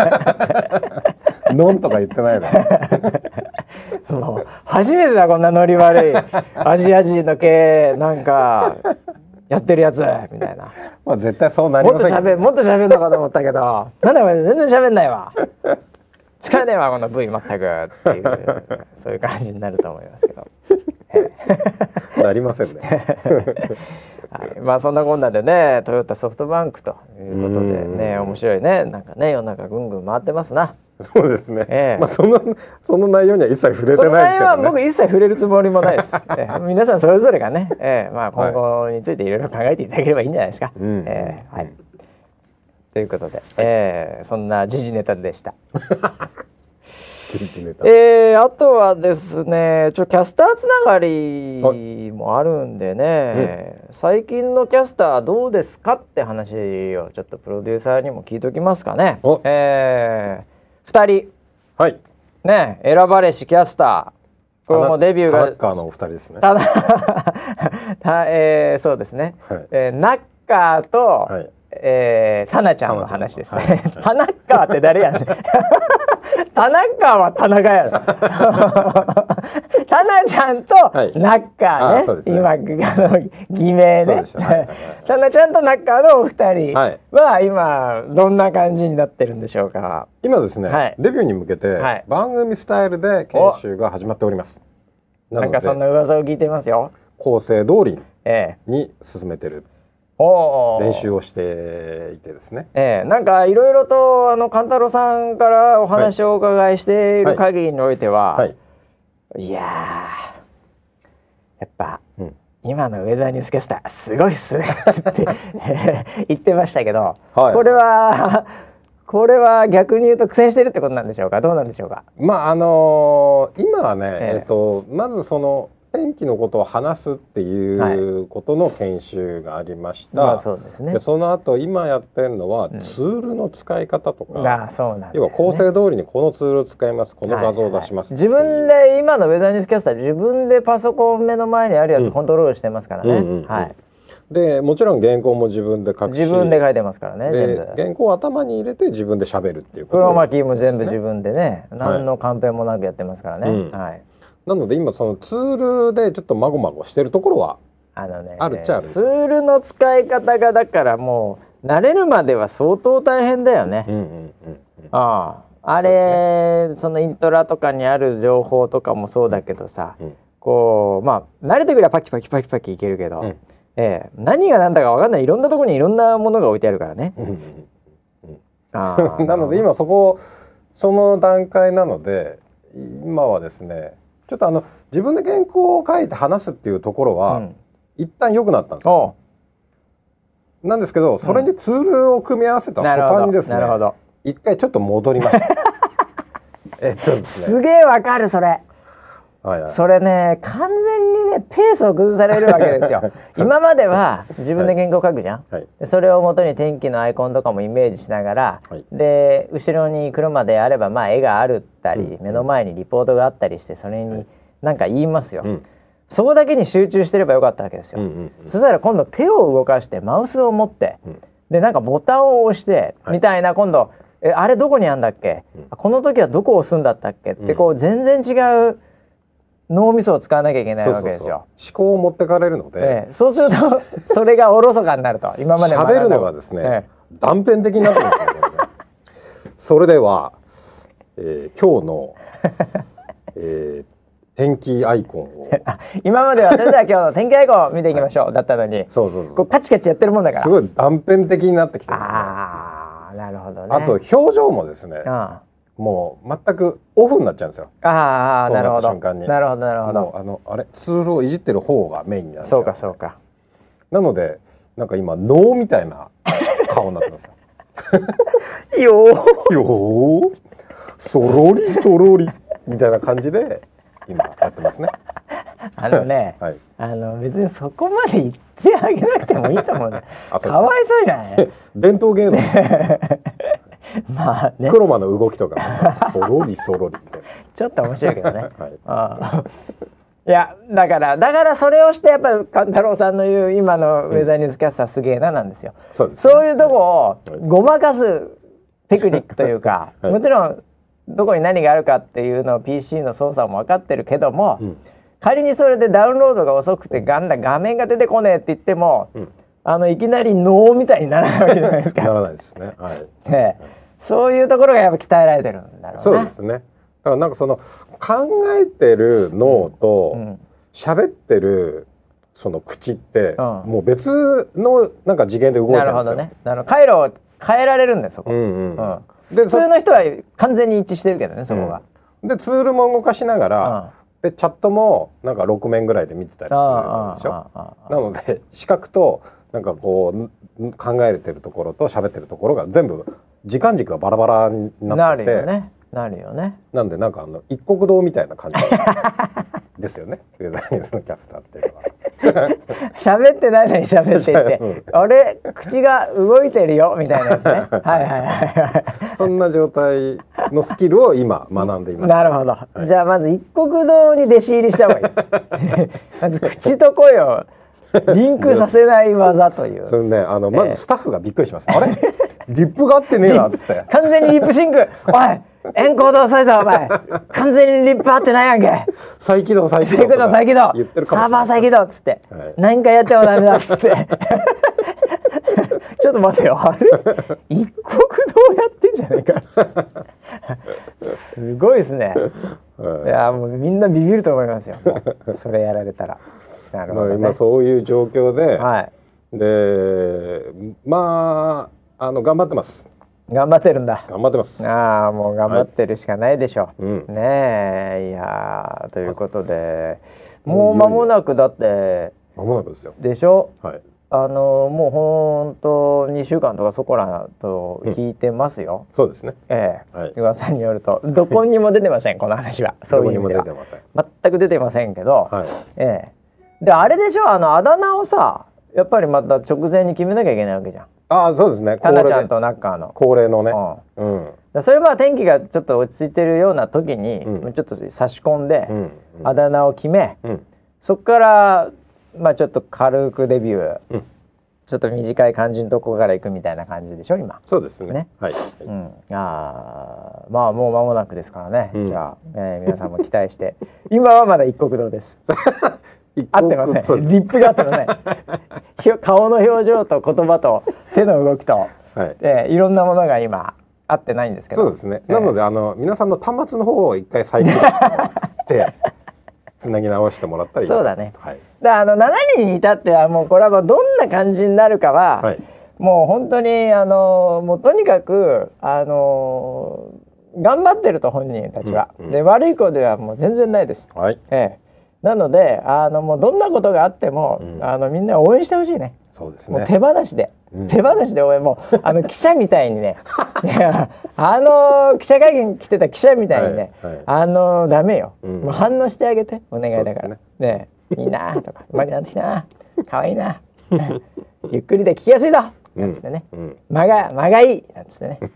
ノンとか言ってないの。 もう初めてだこんなノリ悪いアジア人の系なんかやってるやつみたいな。 まあ絶対そうなりませんけど、ね、 もっと喋るのかと思ったけど、なんだこれ全然喋んないわ。使えねえわこの V 全くっていうそういう感じになると思いますけど。 なりませんね。 はい、まあそんなこんなでねトヨタソフトバンクということでね面白いねなんかね世の中ぐんぐん回ってますな。 そうですね、えー、まあそのその内容には一切触れてないですけどね。その内容は僕一切触れるつもりもないです、えー、皆さんそれぞれがね、えーまあ、今後についていろいろ考えていただければいいんじゃないですか、はい、えーはい、ということで、えー、そんな時事ネタでした。えー、あとはですねちょキャスターつながりもあるんでね、うん、最近のキャスターどうですかって話をちょっとプロデューサーにも聞いときますかね。えー、ふたり、はい、ね選ばれしキャスターこれもデビューがタナッカーのお二人ですね。 たえー、そうですね、はい、えー、ナッカーと、はい、えー、タナちゃんの話ですね。はいはい、タナッカーって誰やねん。田中は田中やろ。タナちゃんとナッカーね、はい、今あの偽名ね。タナちゃんとナッカーのお二人は今どんな感じになってるんでしょうか。 今ですね、はい、デビューに向けて番組スタイルで研修が始まっております。 ななんかそんな噂を聞いてますよ。 構成通りに進めてる。練習をしていてですね、 えー、なんかいろいろとあの勘太郎さんからお話をお伺いしている限りにおいては、はいはい、いややっぱ、うん、今のウェザーニュースキャスターすごいっすねって言ってましたけど、はい、これはこれは逆に言うと苦戦してるってことなんでしょうか。どうなんでしょうか。 まああのー、今はね、えーえー、とまずその天気のことを話すっていうことの研修がありました。はい、まあそうですね、でその後今やってるのはツールの使い方とか、うん、あそうなんだよね、要は構成通りにこのツールを使います、この画像を出します、 はいはい、自分で今のウェザーニュースキャスター自分でパソコン目の前にあるやつコントロールしてますからね、うんうんうんうん、はい、 でもちろん原稿も自分で書くし自分で書いてますからね。 で全部原稿を頭に入れて自分で喋るっていうこと、 ね、黒巻も全部自分でね、何のカンペもなくやってますからね、はい、うん、 なので今そのツールでちょっとまごまごしてるところはあのねあるっちゃあるツールの使い方がだからもう慣れるまでは相当大変だよね。うんうんうんうん、あああれ そ,、ね、そのイントラとかにある情報とかもそうだけどさ、うん、こうまあ慣れてくればパキパキパキパキいけるけど、うんええ、何が何だか分かんないいろんなところにいろんなものが置いてあるからね。うんうんうん、あなので今そこその段階なので今はですねちょっとあの自分で原稿を書いて話すっていうところは、うん、一旦良くなったんですよ。なんですけどそれにツールを組み合わせた途端にですね、うん、一回ちょっと戻りましたえっとですね、 すげえわかるそれ。はいはい、それね完全にねペースを崩されるわけですよ今までは自分で原稿書くじゃん、はい、でそれを元に天気のアイコンとかもイメージしながら、はい、で後ろに車であればまあ絵があるったり、うん、目の前にリポートがあったりしてそれに何か言いますよ、うん、そこだけに集中してればよかったわけですよ、うんうんうん、そしたら今度手を動かしてマウスを持って、うん、でなんかボタンを押して、はい、みたいな今度えあれどこにあんだっけ、うん、この時はどこを押すんだったっけってこう全然違う脳みそを使わなきゃいけないわけですよ。そうそうそう思考を持ってかれるので、 ええ、そうするとそれがおろそかになると今まで喋るのがですね、ええ、断片的になってますよねそれでは、えー、今日の、えー、天気アイコンを今まではそれでは今日の天気アイコンを見ていきましょう、はい、だったのにそうそうそうこうカチカチやってるもんだからすごい断片的になってきてますね。 あーなるほどね。 あと表情もですねあもう全くオフになっちゃうんですよ。 ああなるほど瞬間になるほどなるほど。 もうあのあれツールをいじってる方がメインになっちゃう。 そうかそうか。 なのでなんか今脳みたいな顔になってますよ。 よーよーそろりそろりみたいな感じで今やってますね。 あのね、はい、あの別にそこまで言ってあげなくてもいいと思うね。かわいそうじゃない。 伝統芸能まあね、 クロマの動きとかそろりそろりみたいなちょっと面白いけどね、はい、あいやだからだからそれをしてやっぱり勘太郎さんの言う今のウェザーニュースキャスターすげえななんですよ、うん、そうですね、そういうとこをごまかすテクニックというか、はい、もちろんどこに何があるかっていうのを ピーシー の操作も分かってるけども、うん、仮にそれでダウンロードが遅くてガンダ画面が出てこねえって言っても、うん、あのいきなり脳みたいにならないわけじゃないですか。 ならないですね、はい、 ね、はい、そういうところがやっぱ鍛えられてるんだろうね。 そうですね。だからなんかその考えてる脳と喋、うん、ってるその口って、うん、もう別のなんか次元で動いてるんですよ。なるほどね。 なるほど。回路を変えられるんだよそこ。うんうんうん、で普通の人は完全に一致してるけどねそこが。 うん、でツールも動かしながら、うん、でチャットもなんかろく面ぐらいで見てたりするんですよ。なので視覚となんかこう考えてるところと喋ってるところが全部時間軸がバラバラになってて、 なるよね。なるよね。 なんでなんかあの一国道みたいな感じですよね。ウェザーニュースのキャスターっていうのは。 喋ってないのに喋っていて、うん、俺口が動いてるよみたいなやつね。はいはいはいはい。 そんな状態のスキルを今学んでいます。 なるほど。はい、じゃあまず一国道に弟子入りした方がいい。まず口と声をリンクさせない技という。 それねあのまずスタッフがびっくりします。えー、あれリップが合ってねえなっつって。 完全にリップシンク。おい。エンコード遅いぞお前完全にリップ合ってないやんけ再起動再起動再起動再起動サーバー再起動っつって、はい、何回やってもダメだっつってちょっと待ってよあれ一国道やってんじゃないかすごいですね、はい、いやもうみんなビビると思いますよそれやられたら。なるほどね、 まあ、今そういう状況で、はい、でまああの頑張ってます。 頑張ってるんだ。 頑張ってます。 ああもう頑張ってるしかないでしょう、はい、ねえいやということでもう間もなくだって間もなくですよでしょ、はい、あのもうほんとにしゅうかんとかそこらと聞いてますよ、 うん、そうですね、 ええ、はい、噂によるとどこにも出てませんこの話はそういう意味ではどこにも出てません全く出てませんけど、はい、ええ、であれでしょあのあだ名をさやっぱりまた直前に決めなきゃいけないわけじゃん。 ああそうですね。 タナちゃんとナッカーの恒例のね、 うんうん、それは天気がちょっと落ち着いてるような時に、うん、ちょっと差し込んで、うんうん、あだ名を決め、うん、そこからまあちょっと軽くデビュー、うん、ちょっと短い感じのとこから行くみたいな感じでしょ今。 そうですね。ね、はい、 うん、あまあもう間もなくですからね、うん、じゃあ、えー、皆さんも期待して今はまだ一国道です合ってません、ね、リップが合ってません顔の表情と言葉と手の動きと、はい、えー、いろんなものが今合ってないんですけど。 そうですね、えー、なのであの皆さんの端末の方を一回再起動してつなぎ直してもらったり。 そうだね、はい、だあのしちにんに至ってはもうこれはどんな感じになるかは、はい、もう本当にあのもうとにかくあの頑張ってると本人たちは、うんうん、で悪い子ではもう全然ないです、はい、えーなのであのもうどんなことがあっても、うん、あのみんな応援してほしいね。 そうですね。 もう手放しで、うん、手放しで応援もあの記者みたいにねあの記者会見来てた記者みたいにね、はいはい、あのダメよ、うん、もう反応してあげてお願いだからね。ねいいなとかうまくなってきたな可愛いなゆっくりで聞きやすいぞなんつってね、うん、間が間がいいなんつってね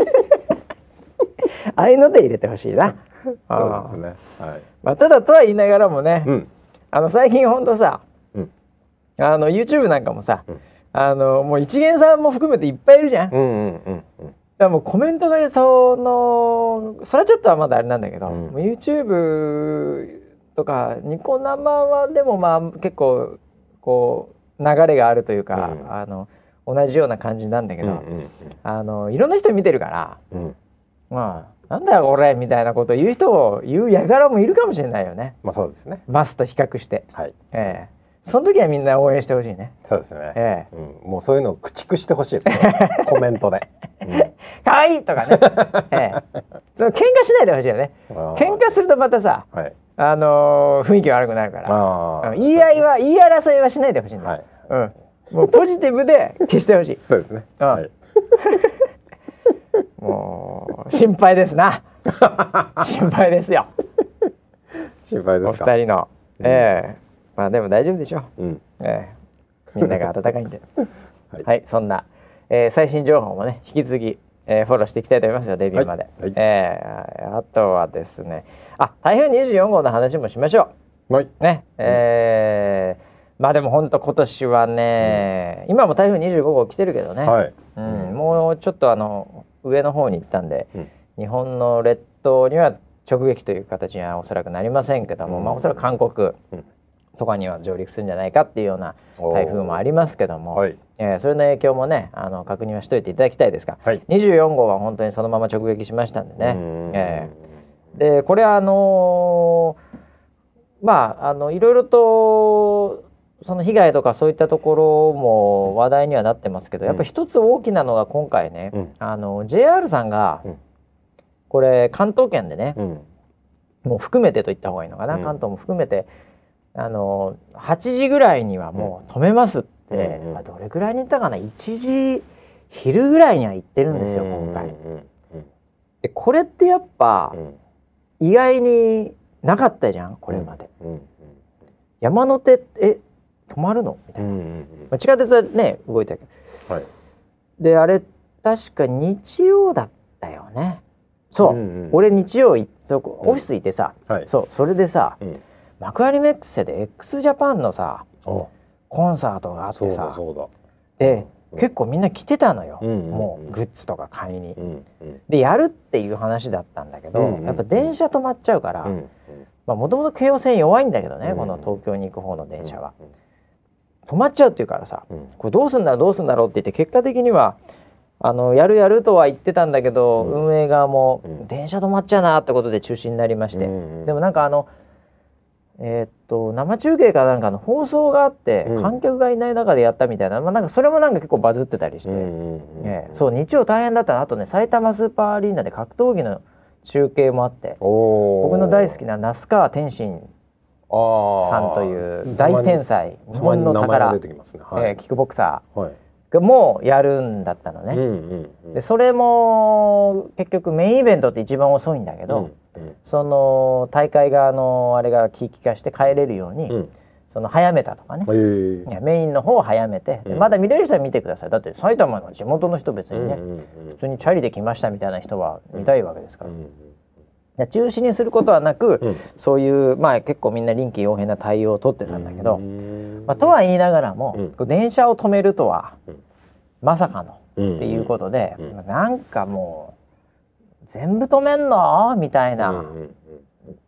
ああいうので入れてほしいな。 そうですね。はい。 まあただとは言いながらもね、うん、あの最近ほんとさ、うん、あの YouTube なんかもさ、うん、あのもう一元さんも含めていっぱいいるじゃん。うんうんうんうん。だからもうコメントがそのそれはちょっとはまだあれなんだけど、うん、もう YouTube とかニコ生はでもまあ結構こう流れがあるというか、うん、あの同じような感じなんだけど、うんうんうん、あのいろんな人見てるから、うん、まあなんだよ俺みたいなことを言う人を言う輩もいるかもしれないよね。 まあそうですね。 マスと比較して、はい、えー、その時はみんな応援してほしいね。 そうですね。えーうん、もうそういうのを駆逐してほしいですね。コメントで。 可愛いとかね。えー、その喧嘩しないでほしいよね。喧嘩するとまたさ、はい、あのー、雰囲気悪くなるから。言い合いは言い争いはしないでほしいんだよ。はい、うん。もうポジティブで消してほしい。 そうですね。うん、はい。 もう心配ですな心配ですよ心配ですか。 お二人の、うん、えー、まあでも大丈夫でしょう、うん、えー、みんなが温かいんではい、はい、そんな、えー、最新情報もね引き続き、えー、フォローしていきたいと思いますよデビューまで、はいはい、えー、あとはですねあ台風にじゅうよん号の話もしましょう。はいね、うん、えー、まあでも本当今年はね、うん、今も台風にじゅうご号来てるけどね、はい、うん、もうちょっとあの上の方に行ったんで、うん、日本の列島には直撃という形にはおそらくなりませんけども、うん、まあ、おそらく韓国とかには上陸するんじゃないかっていうような台風もありますけども、はい、えー、それの影響もねあの確認はしといていただきたいですが、はい、にじゅうよん号は本当にそのまま直撃しましたんでね、えー、でこれはあのー、まああのいろいろとその被害とかそういったところも話題にはなってますけど、やっぱ一つ大きなのが今回ね、うん、あの ジェイアール さんが、うん、これ関東圏でね、うん、もう含めてと言った方がいいのかな、うん、関東も含めてあのはちじぐらいにはもう止めますって、うん、まあ、どれぐらいに言ったかな、いちじ昼ぐらいには言ってるんですよ、今回。でこれってやっぱ、意外になかったじゃんこれまで。山手え止まるのみたいな、うんうんうん、まあ、地下鉄はね動いたけど、はい、であれ確か日曜だったよね。そう、うんうん、俺日曜オフィスいてさ、うん、はい、そうそれでさ、うん、幕張メックスで x ジャパンのさコンサートがあってさ、そうだそうだで、うん、結構みんな来てたのよ、うんうんうん、もうグッズとか買いに、うんうん、でやるっていう話だったんだけど、うんうん、やっぱ電車止まっちゃうから、うんうん、まあもともと京王線弱いんだけどね、うん、この東京に行く方の電車は、うんうん、止まっちゃうっていうからさ、うん、これどうすんだろうどうすんだろうって言って結果的にはあのやるやるとは言ってたんだけど、うん、運営側も、うん、電車止まっちゃうなってことで中止になりまして、うんうん、でもなんかあのえー、っと生中継かなんかの放送があって、うん、観客がいない中でやったみたいな、まあ、なんかそれもなんか結構バズってたりして、うんうん、えー、そう日曜大変だったな。あとね埼玉スーパーアリーナで格闘技の中継もあって、僕の大好きな那須川天心さんという大天才、日本の宝、ね、はい、えー、キックボクサー、はい、がもうやるんだったのね、うんうんうん、でそれも結局メインイベントって一番遅いんだけど、うんうん、その大会側のあれが機器化して帰れるように、うん、その早めたとかね、えー、メインの方を早めて、うん、まだ見れる人は見てください。だって埼玉の地元の人別にね、うんうんうん、普通にチャリで来ましたみたいな人は見たいわけですから、うんうんうん、中止にすることはなく、うん、そういうまあ結構みんな臨機応変な対応を取ってたんだけど、まあ、とは言いながらも、うん、電車を止めるとは、うん、まさかの、うん、っていうことで、うん、なんかもう全部止めんのみたいな、うんうんうん、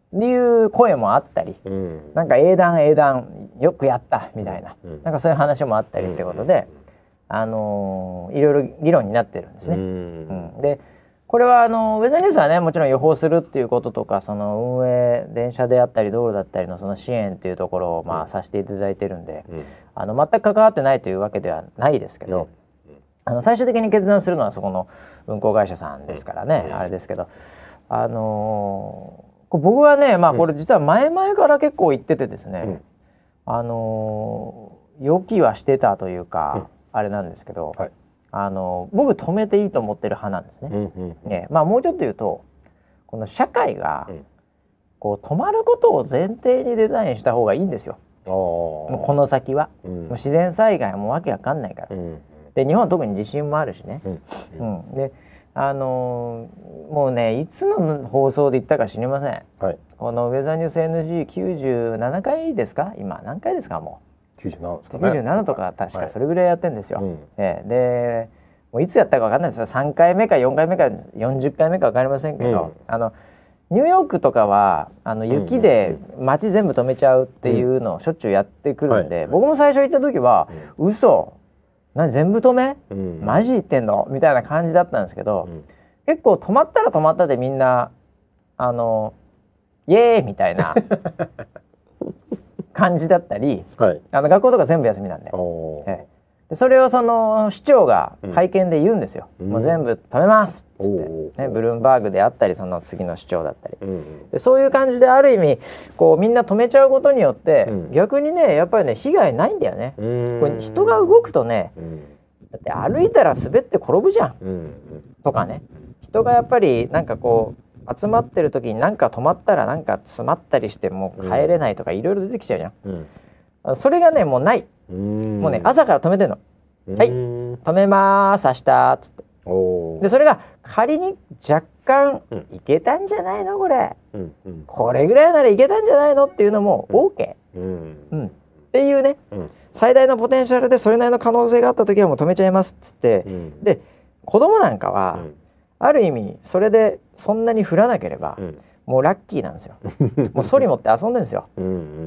っていう声もあったり、うん、なんか英断英断よくやったみたいな、うん、なんかそういう話もあったりってことで、うん、あのー、いろいろ議論になってるんですね。うんうん、でこれはあのウェザーニュースはねもちろん予報するっていうこととかその運営電車であったり道路だったりのその支援っていうところをまあさせていただいてるんで、うん、あの全く関わってないというわけではないですけど、うん、あの最終的に決断するのはそこの運行会社さんですからね、うん、あれですけど、あのー、僕はねまあこれ実は前々から結構言っててですね、うん、あのー、予期はしてたというか、うん、あれなんですけど、はい、あの僕止めていいと思ってる派なんですね。うんうんうん、ねまあ、もうちょっと言うとこの社会が、うん、こう止まることを前提にデザインした方がいいんですよ。もうこの先は、うん、もう自然災害もわけわかんないから、うん、で日本は特に地震もあるしね、うんうんうん、であのー、もうねいつの放送で言ったか知りません、はい、このウェザーニュース エヌジーきゅうじゅうなな 回ですか今何回ですかもうきゅうじゅうななですかね。 きゅうじゅうななとか確かそれぐらいやってんですよ。はい、えー、でもういつやったか分かんないですよ。さんかいめかよんかいめかよんじゅっかいめか分かりませんけど、うん、あのニューヨークとかはあの雪で街全部止めちゃうっていうのをしょっちゅうやってくるんで、うんはい、僕も最初行った時は、うん、嘘何全部止め、うん、マジ言ってんのみたいな感じだったんですけど、うん、結構止まったら止まったでみんなあのイエーイみたいな感じだったり、はい、あの学校とか全部休みなんで、えでそれをその市長が会見で言うんですよ、うん、もう全部止めますっつって、ね、ブルームバーグであったりその次の市長だったり、うん、でそういう感じである意味こうみんな止めちゃうことによって、うん、逆にねやっぱりね被害ないんだよね。これ人が動くとね、うん、だって歩いたら滑って転ぶじゃん、うん、とかね人がやっぱりなんかこう集まってる時になんか止まったらなんか詰まったりしてもう帰れないとかいろいろ出てきちゃうじゃん、うん、それがねもうない。うもうね朝から止めてんの。はい止めます明日っつってでそれが仮に若干いけたんじゃないのこれ、うんうん、これぐらいならいけたんじゃないのっていうのも OK、うんうん、っていうね、うん、最大のポテンシャルでそれなりの可能性があった時はもう止めちゃいますっつって、うん、で子供なんかは、うん、ある意味それでそんなに降らなければ、うん、もうラッキーなんですよもうソリ持って遊んでるんですようん、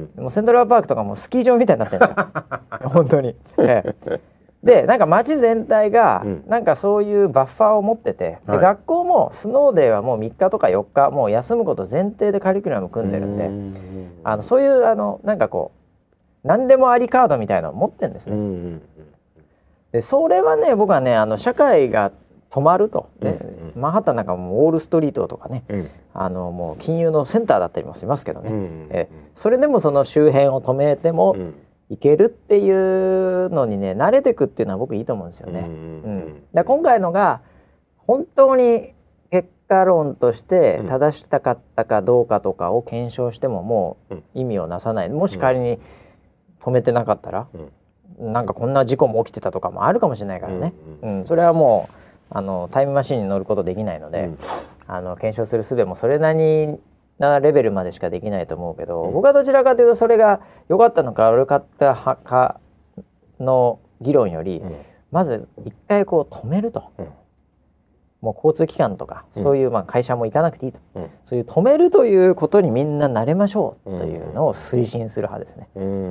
もうセントラルパークとかもうスキー場みたいになってるんですよ本当に、ええ、でなんか街全体がなんかそういうバッファーを持ってて、で、はい、学校もスノーデーはもうみっかとかよっかもう休むこと前提でカリキュラム組んでるんで、んあのそういうあのなんかこう何でもありカードみたいなのを持ってるんですね。うんでそれはね僕はねあの社会が止まると、ねうんうん、マンハッタンなんかもウォールストリートとかね、うん、あのもう金融のセンターだったりもしますけどね、うんうんうん、えそれでもその周辺を止めてもいけるっていうのにね慣れてくっていうのは僕いいと思うんですよね。うんうんうん、だ今回のが本当に結果論として正したかったかどうかとかを検証してももう意味をなさない。もし仮に止めてなかったら、うん、なんかこんな事故も起きてたとかもあるかもしれないからね、うんうんうん、それはもうあのタイムマシンに乗ることできないので、うん、あの検証する術もそれなりなレベルまでしかできないと思うけど、うん、僕はどちらかというとそれが良かったのか悪かったかの議論より、うん、まず一回こう止めると、うん、もう交通機関とか、うん、そういうまあ会社も行かなくていいと、うん、そういう止めるということにみんな慣れましょうというのを推進する派ですね。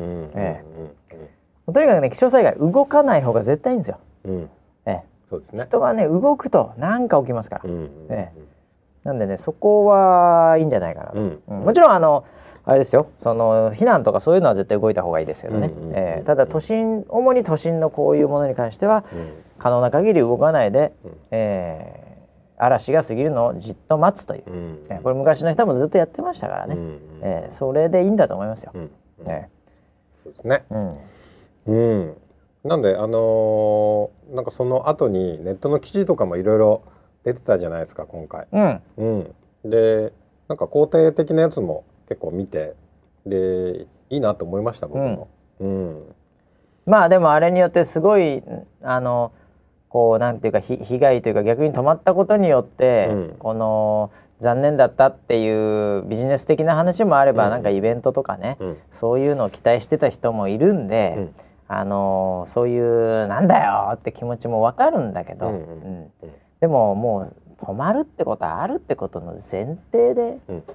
とにかくね気象災害動かない方が絶対いいんですよ。うんええそうですね、人はね動くと何か起きますから、うんうんね、なんでねそこはいいんじゃないかなと、うんうん、もちろんあのあれですよその避難とかそういうのは絶対動いた方がいいですけどね、うんうんえー、ただ都心主に都心のこういうものに関しては、うん、可能な限り動かないで、うんえー、嵐が過ぎるのをじっと待つという、うんうんえー、これ昔の人もずっとやってましたからね、うんうんえー、それでいいんだと思いますよ、うんうんね、 そうですね、うんうんなんであのー、なんかその後にネットの記事とかもいろいろ出てたじゃないですか今回、うんうん、でなんか肯定的なやつも結構見てでいいなと思いました僕も、うんうん、 まあでもあれによってすごいあのこうなんていうか被害というか逆に止まったことによって、うん、この残念だったっていうビジネス的な話もあれば、うん、なんかイベントとかね、うん、そういうのを期待してた人もいるんで、うんあのー、そういうなんだよって気持ちもわかるんだけど、うんうんうん、でももう止まるってことはあるってことの前提で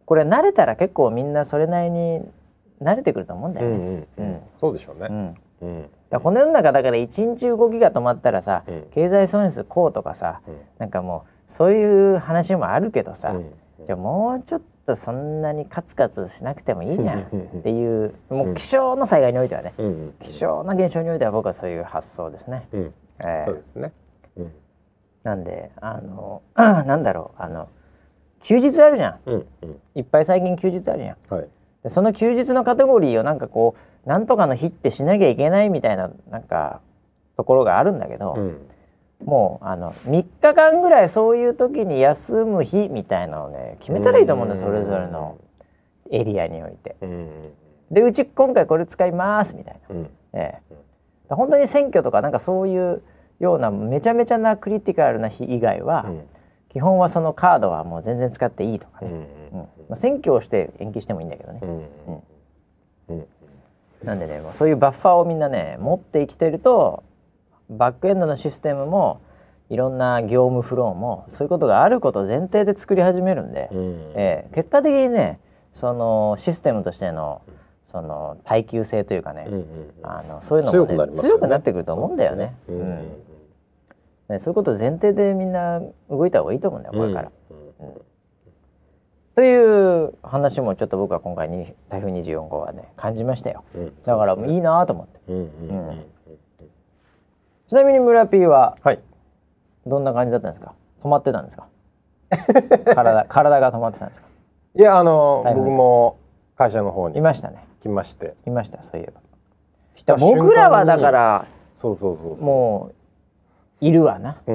これ慣れたら結構みんなそれなりに慣れてくると思うんだよね。うんうんうん、そうでしょうね。うんうん、だこの世の中だから一日動きが止まったらさ、うん、経済損失こうとかさ、うん、なんかもうそういう話もあるけどさ、うん、じゃあもうちょっとそんなにカツカツしなくてもいいじゃんっていうもう気象の災害においてはね、うん、気象の現象においては僕はそういう発想ですね。うんえー、 そうですね。うん、 なんであのなんだろうあの休日あるじゃん、うんうん、いっぱい最近休日あるじゃん、はい、でその休日のカテゴリーをなんかこうなんとかの日ってしなきゃいけないみたいななんかところがあるんだけど、うん、もうあのみっかかんぐらいそういう時に休む日みたいなのをね決めたらいいと思うんだよ、それぞれのエリアにおいて。でうち今回これ使いますみたいな、うんええ、本当に選挙とかなんかそういうようなめちゃめちゃなクリティカルな日以外は、うん、基本はそのカードはもう全然使っていいとかね、うんうんまあ、選挙をして延期してもいいんだけどね、うんうんうん、なんでねもうそういうバッファーをみんなね持って生きてるとバックエンドのシステムもいろんな業務フローもそういうことがあることを前提で作り始めるんで、うんえー、結果的にねそのシステムとしてのその耐久性というかね、うんうんうん、あのそういうのも、ね、強くなりますよね、強くなってくると思うんだよね。そうですね、うんうんね、そういうことを前提でみんな動いた方がいいと思うんだよこれから、うんうん、という話もちょっと僕は今回に台風にじゅうよん号はね感じましたよ、うん、だからいいなと思って、うんうんうん、ちなみに村 P はどんな感じだったんですか？止まってたんですか？体, 体が止まってたんですか？ いやあの僕も会社の方にいましたね。 来ましていましたそういえば。来た僕らはだからそうそうそうそうもういるわな、うん、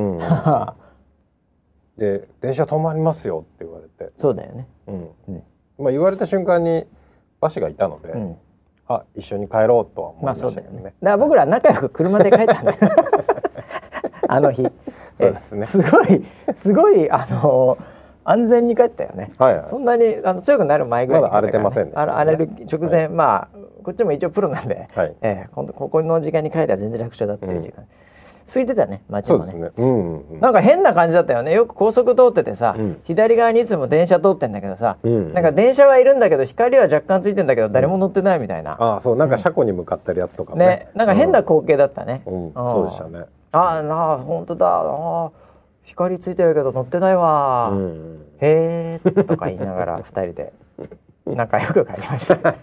で電車止まりますよって言われてそうだよね、 うんうんまあ、言われた瞬間にバシがいたので、うん、あ一緒に帰ろうとは思いましたけどね、まあ、そうだよね。だから僕ら仲良く車で帰ったんだよあの日そうですね。すごいすごいあの安全に帰ったよね、はいはい、そんなにあの強くなる前ぐらいに、ね、 まだ荒れてませんでした、ね、 荒れる直前、はい、まあこっちも一応プロなんで、はいえー、今度ここの時間に帰れば全然楽勝だっていう時間、うん空いてたね街もね。そうですね、うんうん、なんか変な感じだったよね。よく高速通っててさ、うん、左側にいつも電車通ってんだけどさ、うん、なんか電車はいるんだけど光は若干ついてんだけど誰も乗ってないみたいな、 うん、あそうなんか車庫に向かってるやつとかもね、ねなんか変な光景だったね、 うんうん、そうでしたね。 あなあ本当だあ光ついてるけど乗ってないわ、うんうん、へーとか言いながらふたりで仲良く帰りました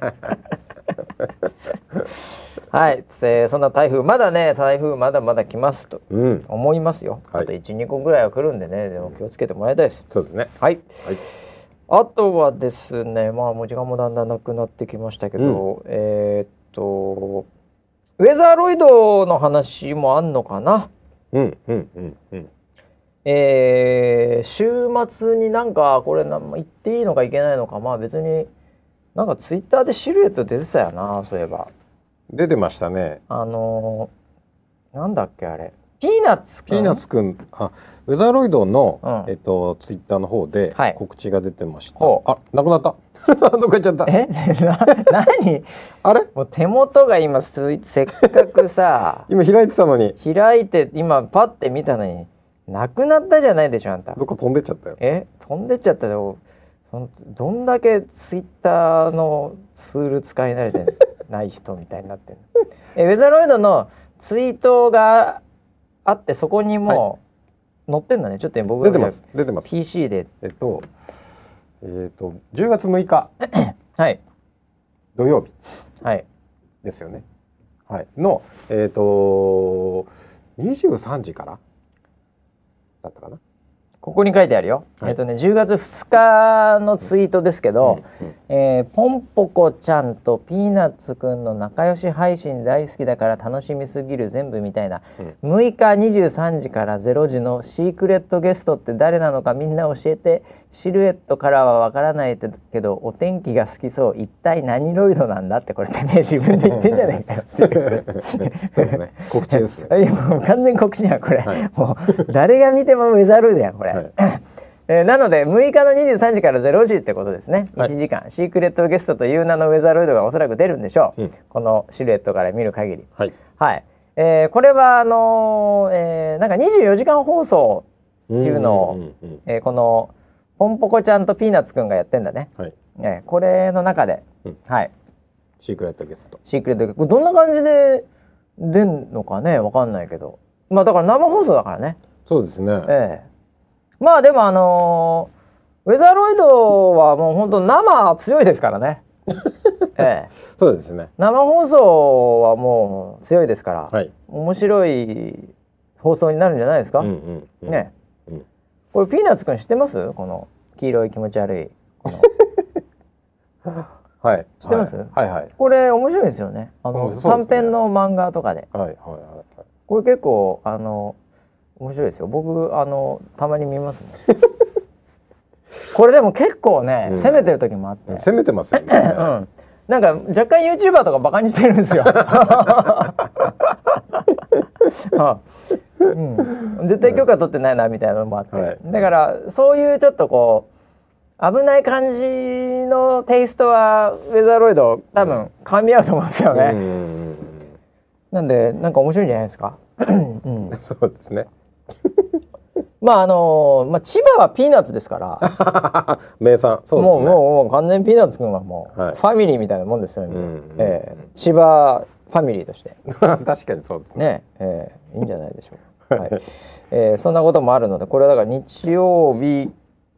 はい、えー、そんな台風まだね台風まだまだ来ますと思いますよ、うん、あと いち,に 個ぐらいは来るんでねでも気をつけてもらいたいです、 うん、そうですねはい、はい、あとはですねまあもう時間もだんだんなくなってきましたけど、うん、えー、っとウェザーロイドの話もあんのかな。うんうんうんうんえー、週末になんかこれな言っていいのかいけないのかまあ別になんかツイッターでシルエット出てたよなそういえば出てましたね。 あのー、なんだっけあれピーナッツくんピーナッツくんあウェザーロイドの、うんえっと、ツイッターの方で告知が出てました、はい、あなくなったどっか行っちゃったえな何あれもう手元が今せっかくさ今開いてたのに開いて今パッて見たのになくなったじゃないでしょあんた。 どっか飛んでっちゃったよ。 え飛んでっちゃったよ。どんだけツイッターのツール使い慣れてない人みたいになってるえウェザーロイドのツイートがあってそこにもう載ってんだね、はい、ちょっと僕出てます出てますピーシー でえっとえっとじゅうがつむいかはい土曜日はいですよねはいのえっとにじゅうさんじからだったかな。 ここに書いてあるよ、はい、えっとねじゅうがつふつかのツイートですけど、うんうんえー、ポンポコちゃんとピーナッツくんの仲良し配信大好きだから楽しみすぎる全部みたいな、うん、むいかにじゅうさんじかられいじのシークレットゲストって誰なのかみんな教えて。シルエットからはわからないけどお天気が好きそう一体何ロイドなんだってこれってね自分で言ってんじゃないかよっていうそうですね告知ですねいやもう完全告知やんこれ、はい、もう誰が見てもウェザーロイドやんこれ、はいえー、なのでむいかのにじゅうさんじかられいじってことですね、はい、いちじかんシークレットゲストという名のウェザーロイドがおそらく出るんでしょう、うん、このシルエットから見る限りはい、はいえー、これはあのーえー、なんかにじゅうよじかん放送っていうのを、うんうんうんうんえー、このポンポコちゃんとピーナッツくんがやってんだね、はいえー、これの中で、うん、はい。 シークレットゲスト。 シークレットゲスト。どんな感じで出んのかね、わかんないけど。まあだから生放送だからね。 そうですね。 ええ。まあでもあのー、ウェザーロイドはもう本当生強いですからね。ええ。 そうですね。 生放送はもう強いですから、 はい、 面白い放送になるんじゃないですか。うんうんうん、ね、うん。これピーナッツくん知ってます？この黄色い気持ち悪いこの。 はい。 知ってます？ はいはい、はい。 これ面白いですよね。あの、ね、短編の漫画とかで。 はいはいはい。 これ結構あの面白いですよ。僕あのたまに見ますもん。これでも結構ね、うん、攻めてる時もあって。 攻めてますよね。うん。 なんか若干 YouTuber とかバカにしてるんですよ。うん、絶対許可取ってないなみたいなのもあって、はい、だからそういうちょっとこう危ない感じのテイストはウェザーロイド多分噛み合うと思うんですよね。うん、なんでなんか面白いんじゃないですか。うん、 そうですね。 まああのー、まあ千葉はピーナッツですから名産そうですね。 もうもうもう完全にピーナッツくんはもう、はい、ファミリーみたいなもんですよね。うんうん、えー、千葉ファミリーとして確かにそうですね。 ね、えー、いいんじゃないでしょうか。はい、えー、そんなこともあるのでこれはだから日曜日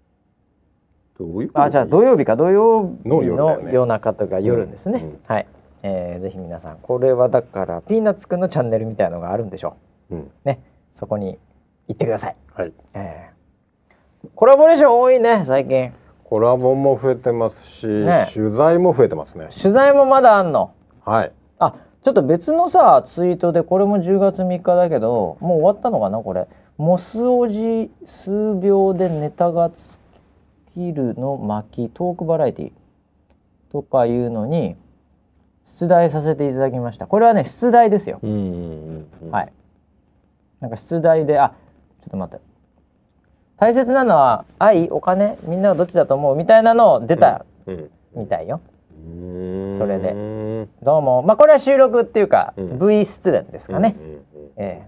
あじゃあ土曜日か土曜日の夜中とか夜ですね。うんうん、はい、えー、ぜひ皆さんこれはだからピーナッツくんのチャンネルみたいなのがあるんでしょう。うん、ね、そこに行ってください。 はい、 えー、コラボレーション多いね最近。 コラボも増えてますし、ね、取材も増えてますね。 取材もまだあんの。 はい。 あちょっと別のさツイートでこれもじゅうがつみっかだけどもう終わったのかなこれ。モスおじ数秒でネタが尽きるの巻トークバラエティとかいうのに出題させていただきました。これはね出題ですよ。うんうんうん、はい。なんか出題であちょっと待って大切なのは愛お金みんなはどっちだと思うみたいなの出たみたいよ。うんうん、それでどうもまあこれは収録っていうか、うん、V 出演ですかね。うんうんうんえ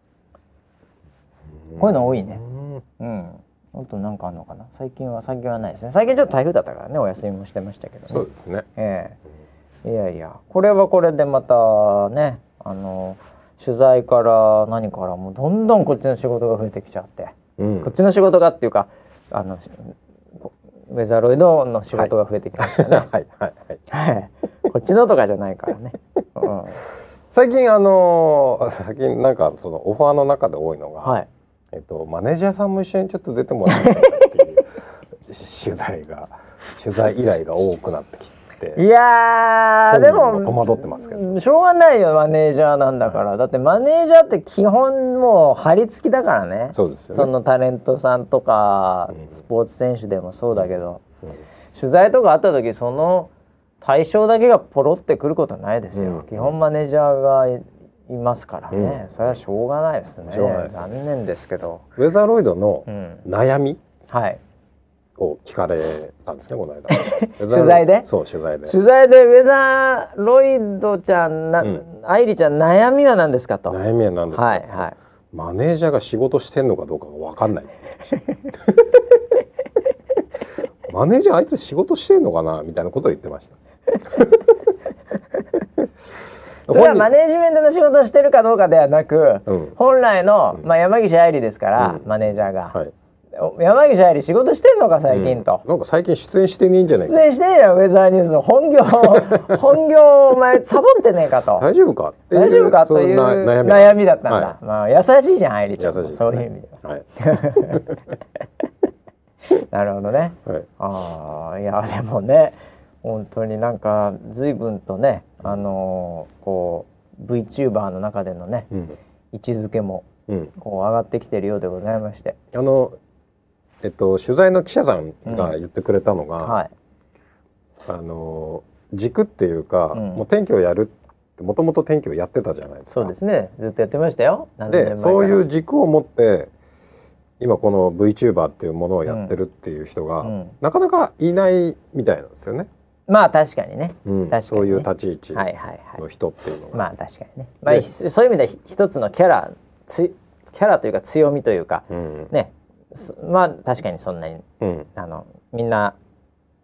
ー、こういうの多いね。うん。あとなんかあるのかな。最近は最近はないですね。最近ちょっと台風だったからねお休みもしてましたけどね。 そうですね。 えー、いやいやこれはこれでまたねあの取材から何からもうどんどんこっちの仕事が増えてきちゃって、うん、こっちの仕事がっていうかあのウェザーロイドの仕事が増えてきましたね。はいはいはいはい。こっちのとかじゃないからね。うん、 最近あのー、最近なんかそのオファーの中で多いのが、はい、えっとマネージャーさんも一緒にちょっと出てもらいたいっていう取材が取材依頼が多くなってきて。いやーでも戸惑ってますけどしょうがないよマネージャーなんだから、はい、だってマネージャーって基本もう張り付きだからね。 そうですよね。 そのタレントさんとか、うん、スポーツ選手でもそうだけど、うんうん、取材とかあった時その対象だけがポロってくることはないですよ、うん、基本マネージャーがいますからね、うん、それはしょうがないですね。残念ですけどウェザーロイドの悩み、 うん、はいを聞かれたんですねこの間取材でそう取材で取材でウェザーロイドちゃんな、うん、愛理ちゃん悩みは何ですかと。 悩みは何ですか、はいはい、マネージャーが仕事してんのかどうかが分かんないマネージャーあいつ仕事してんのかなみたいなことを言ってましたそれはマネージメントの仕事をしてるかどうかではなく、うん、本来の、まあ、山岸愛理ですから、うん、マネージャーが、はい、山岸愛理仕事してんのか最近と、 うん、なんか最近出演してねえんじゃないか。 出演してねえよウェザーニュースの本業本業お前サボってねえかと大丈夫かっていう大丈夫かという悩 み, 悩みだったんだ、はい、まあ優しいじゃん愛理ちゃんも、 ね、 そういう意味では、はい、なるほどね、はい、ああいやでもね本当になんか随分とねあのー、こう VTuber の中でのね、うん、位置づけもこう上がってきてるようでございまして、 あのえっと取材の記者さんが言ってくれたのが、うんはい、あの軸っていうか、うん、もう天気をやるもともと天気をやってたじゃないですか。 そうですねずっとやってましたよ。何年前でそういう軸を持って今この VTuber っていうものをやってるっていう人が、うん、なかなかいないみたいなんですよね。 まあ確かにね、 うん、確かにねそういう立ち位置の人っていうのが、 はいはいはい、まあ確かにね、まあ、そういう意味で一つのキャラつキャラというか強みというか、うん、ねまあ確かにそんなに、うん、あのみんな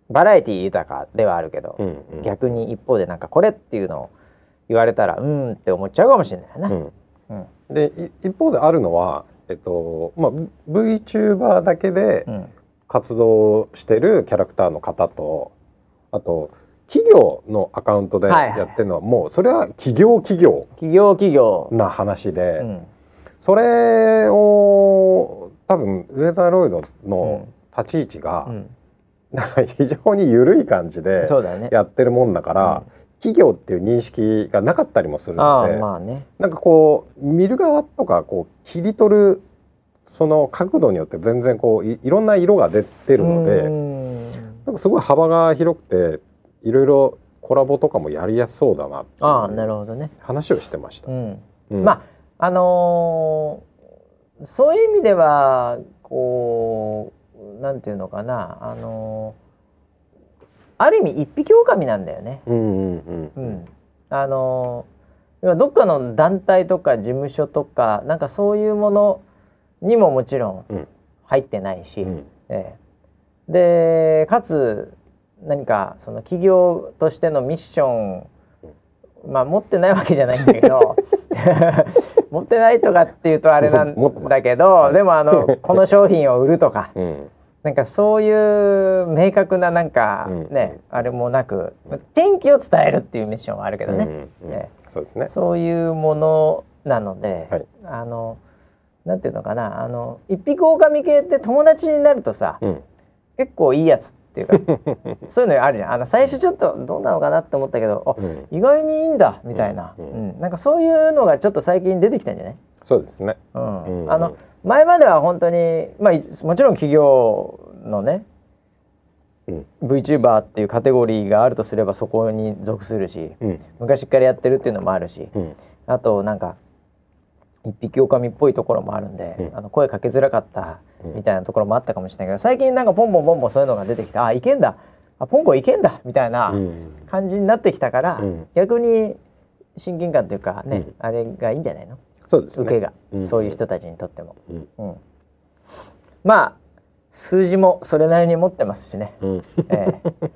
バラエティ豊かではあるけど、うんうん、逆に一方でなんかこれっていうのを言われたらうんって思っちゃうかもしれないな、うんうん、で一方であるのは、えっとまあ、VTuber だけで活動してるキャラクターの方と、あと企業のアカウントでやってるのは、はいはい、もうそれは企業企業企業企業な話で、うん、それを多分ウェザーロイドの立ち位置が、うん、なんか非常に緩い感じでやってるもんだから、うん、企業っていう認識がなかったりもするので、まあね、なんかこう見る側とかこう切り取るその角度によって全然こう い, いろんな色が出てるので、なんかすごい幅が広くていろいろコラボとかもやりやすそうだなっていう話をしてました。うんうん、まああのー、そういう意味ではこうなんていうのかな、あのー、ある意味一匹狼なんだよね。あのー、どっかの団体とか事務所とかなんかそういうものにももちろん入ってないし、うんええ、でかつ何かその企業としてのミッション、まあ持ってないわけじゃないんだけど持ってないとかっていうとあれなんだけどでもあのこの商品を売るとか、うん、なんかそういう明確ななんかね、うん、あれもなく天気を伝えるっていうミッションはあるけどね、うんうんね、そうですね、そういうものなので、はい、あのなんていうのかな、あの一匹狼系って友達になるとさ、うん、結構いいやつっていうかそういうのあるじゃん。あの最初ちょっとどうなのかなって思ったけど、うん、意外にいいんだみたいな、うんうん、なんかそういうのがちょっと最近出てきたんじゃない？ そうですね、 うんうん、あの前までは本当に、まあ、もちろん企業のね、うん、VTuber っていうカテゴリーがあるとすればそこに属するし、うん、昔からやってるっていうのもあるし、うん、あとなんか一匹狼っぽいところもあるんで、うん、あの声かけづらかったみたいなところもあったかもしれないけど、最近なんかポンポンポンポンそういうのが出てきて、あいけんだ、あポンコいけんだみたいな感じになってきたから、うん、逆に親近感というかね、うん、あれがいいんじゃないの？ そうですね、 受けが、うん、そういう人たちにとっても、うんうん、まあ数字もそれなりに持ってますしね、うんえー、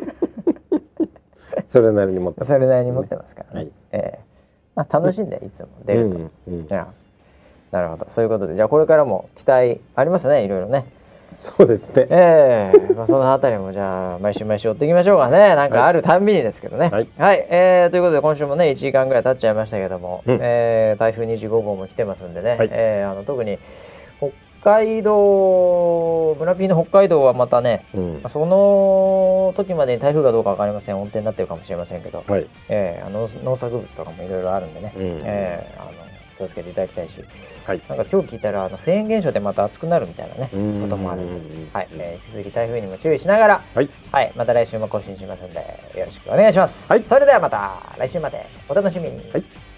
それなりに持ってます、 それなりに持ってますからね、はいえーまあ、楽しんでいつも出ると、うんうん、じゃあなるほど、そういうことでじゃあこれからも期待ありますね、いろいろね。 そうですね、 えーまあ、そのあたりもじゃあ毎週毎週追っていきましょうかね。なんかあるたんびにですけどね。はい、はいえー、ということで今週もねいちじかんぐらい経っちゃいましたけども、うんえー、台風にじゅうごごうも来てますんでね、はいえー、あの特に北海道、村 P の北海道はまたね、うん、その時までに台風がどうか分かりません、温点になってるかもしれませんけど、はいえー、あの農作物とかもいろいろあるんでね、うんえー、あの気をつけていただきたいし、はい、なんか今日聞いたらあのフェーン現象でまた暑くなるみたいなねこともあるんで、はいえー、引き続き台風にも注意しながら、はいはい、また来週も更新しますんでよろしくお願いします、はい、それではまた来週までお楽しみに。はい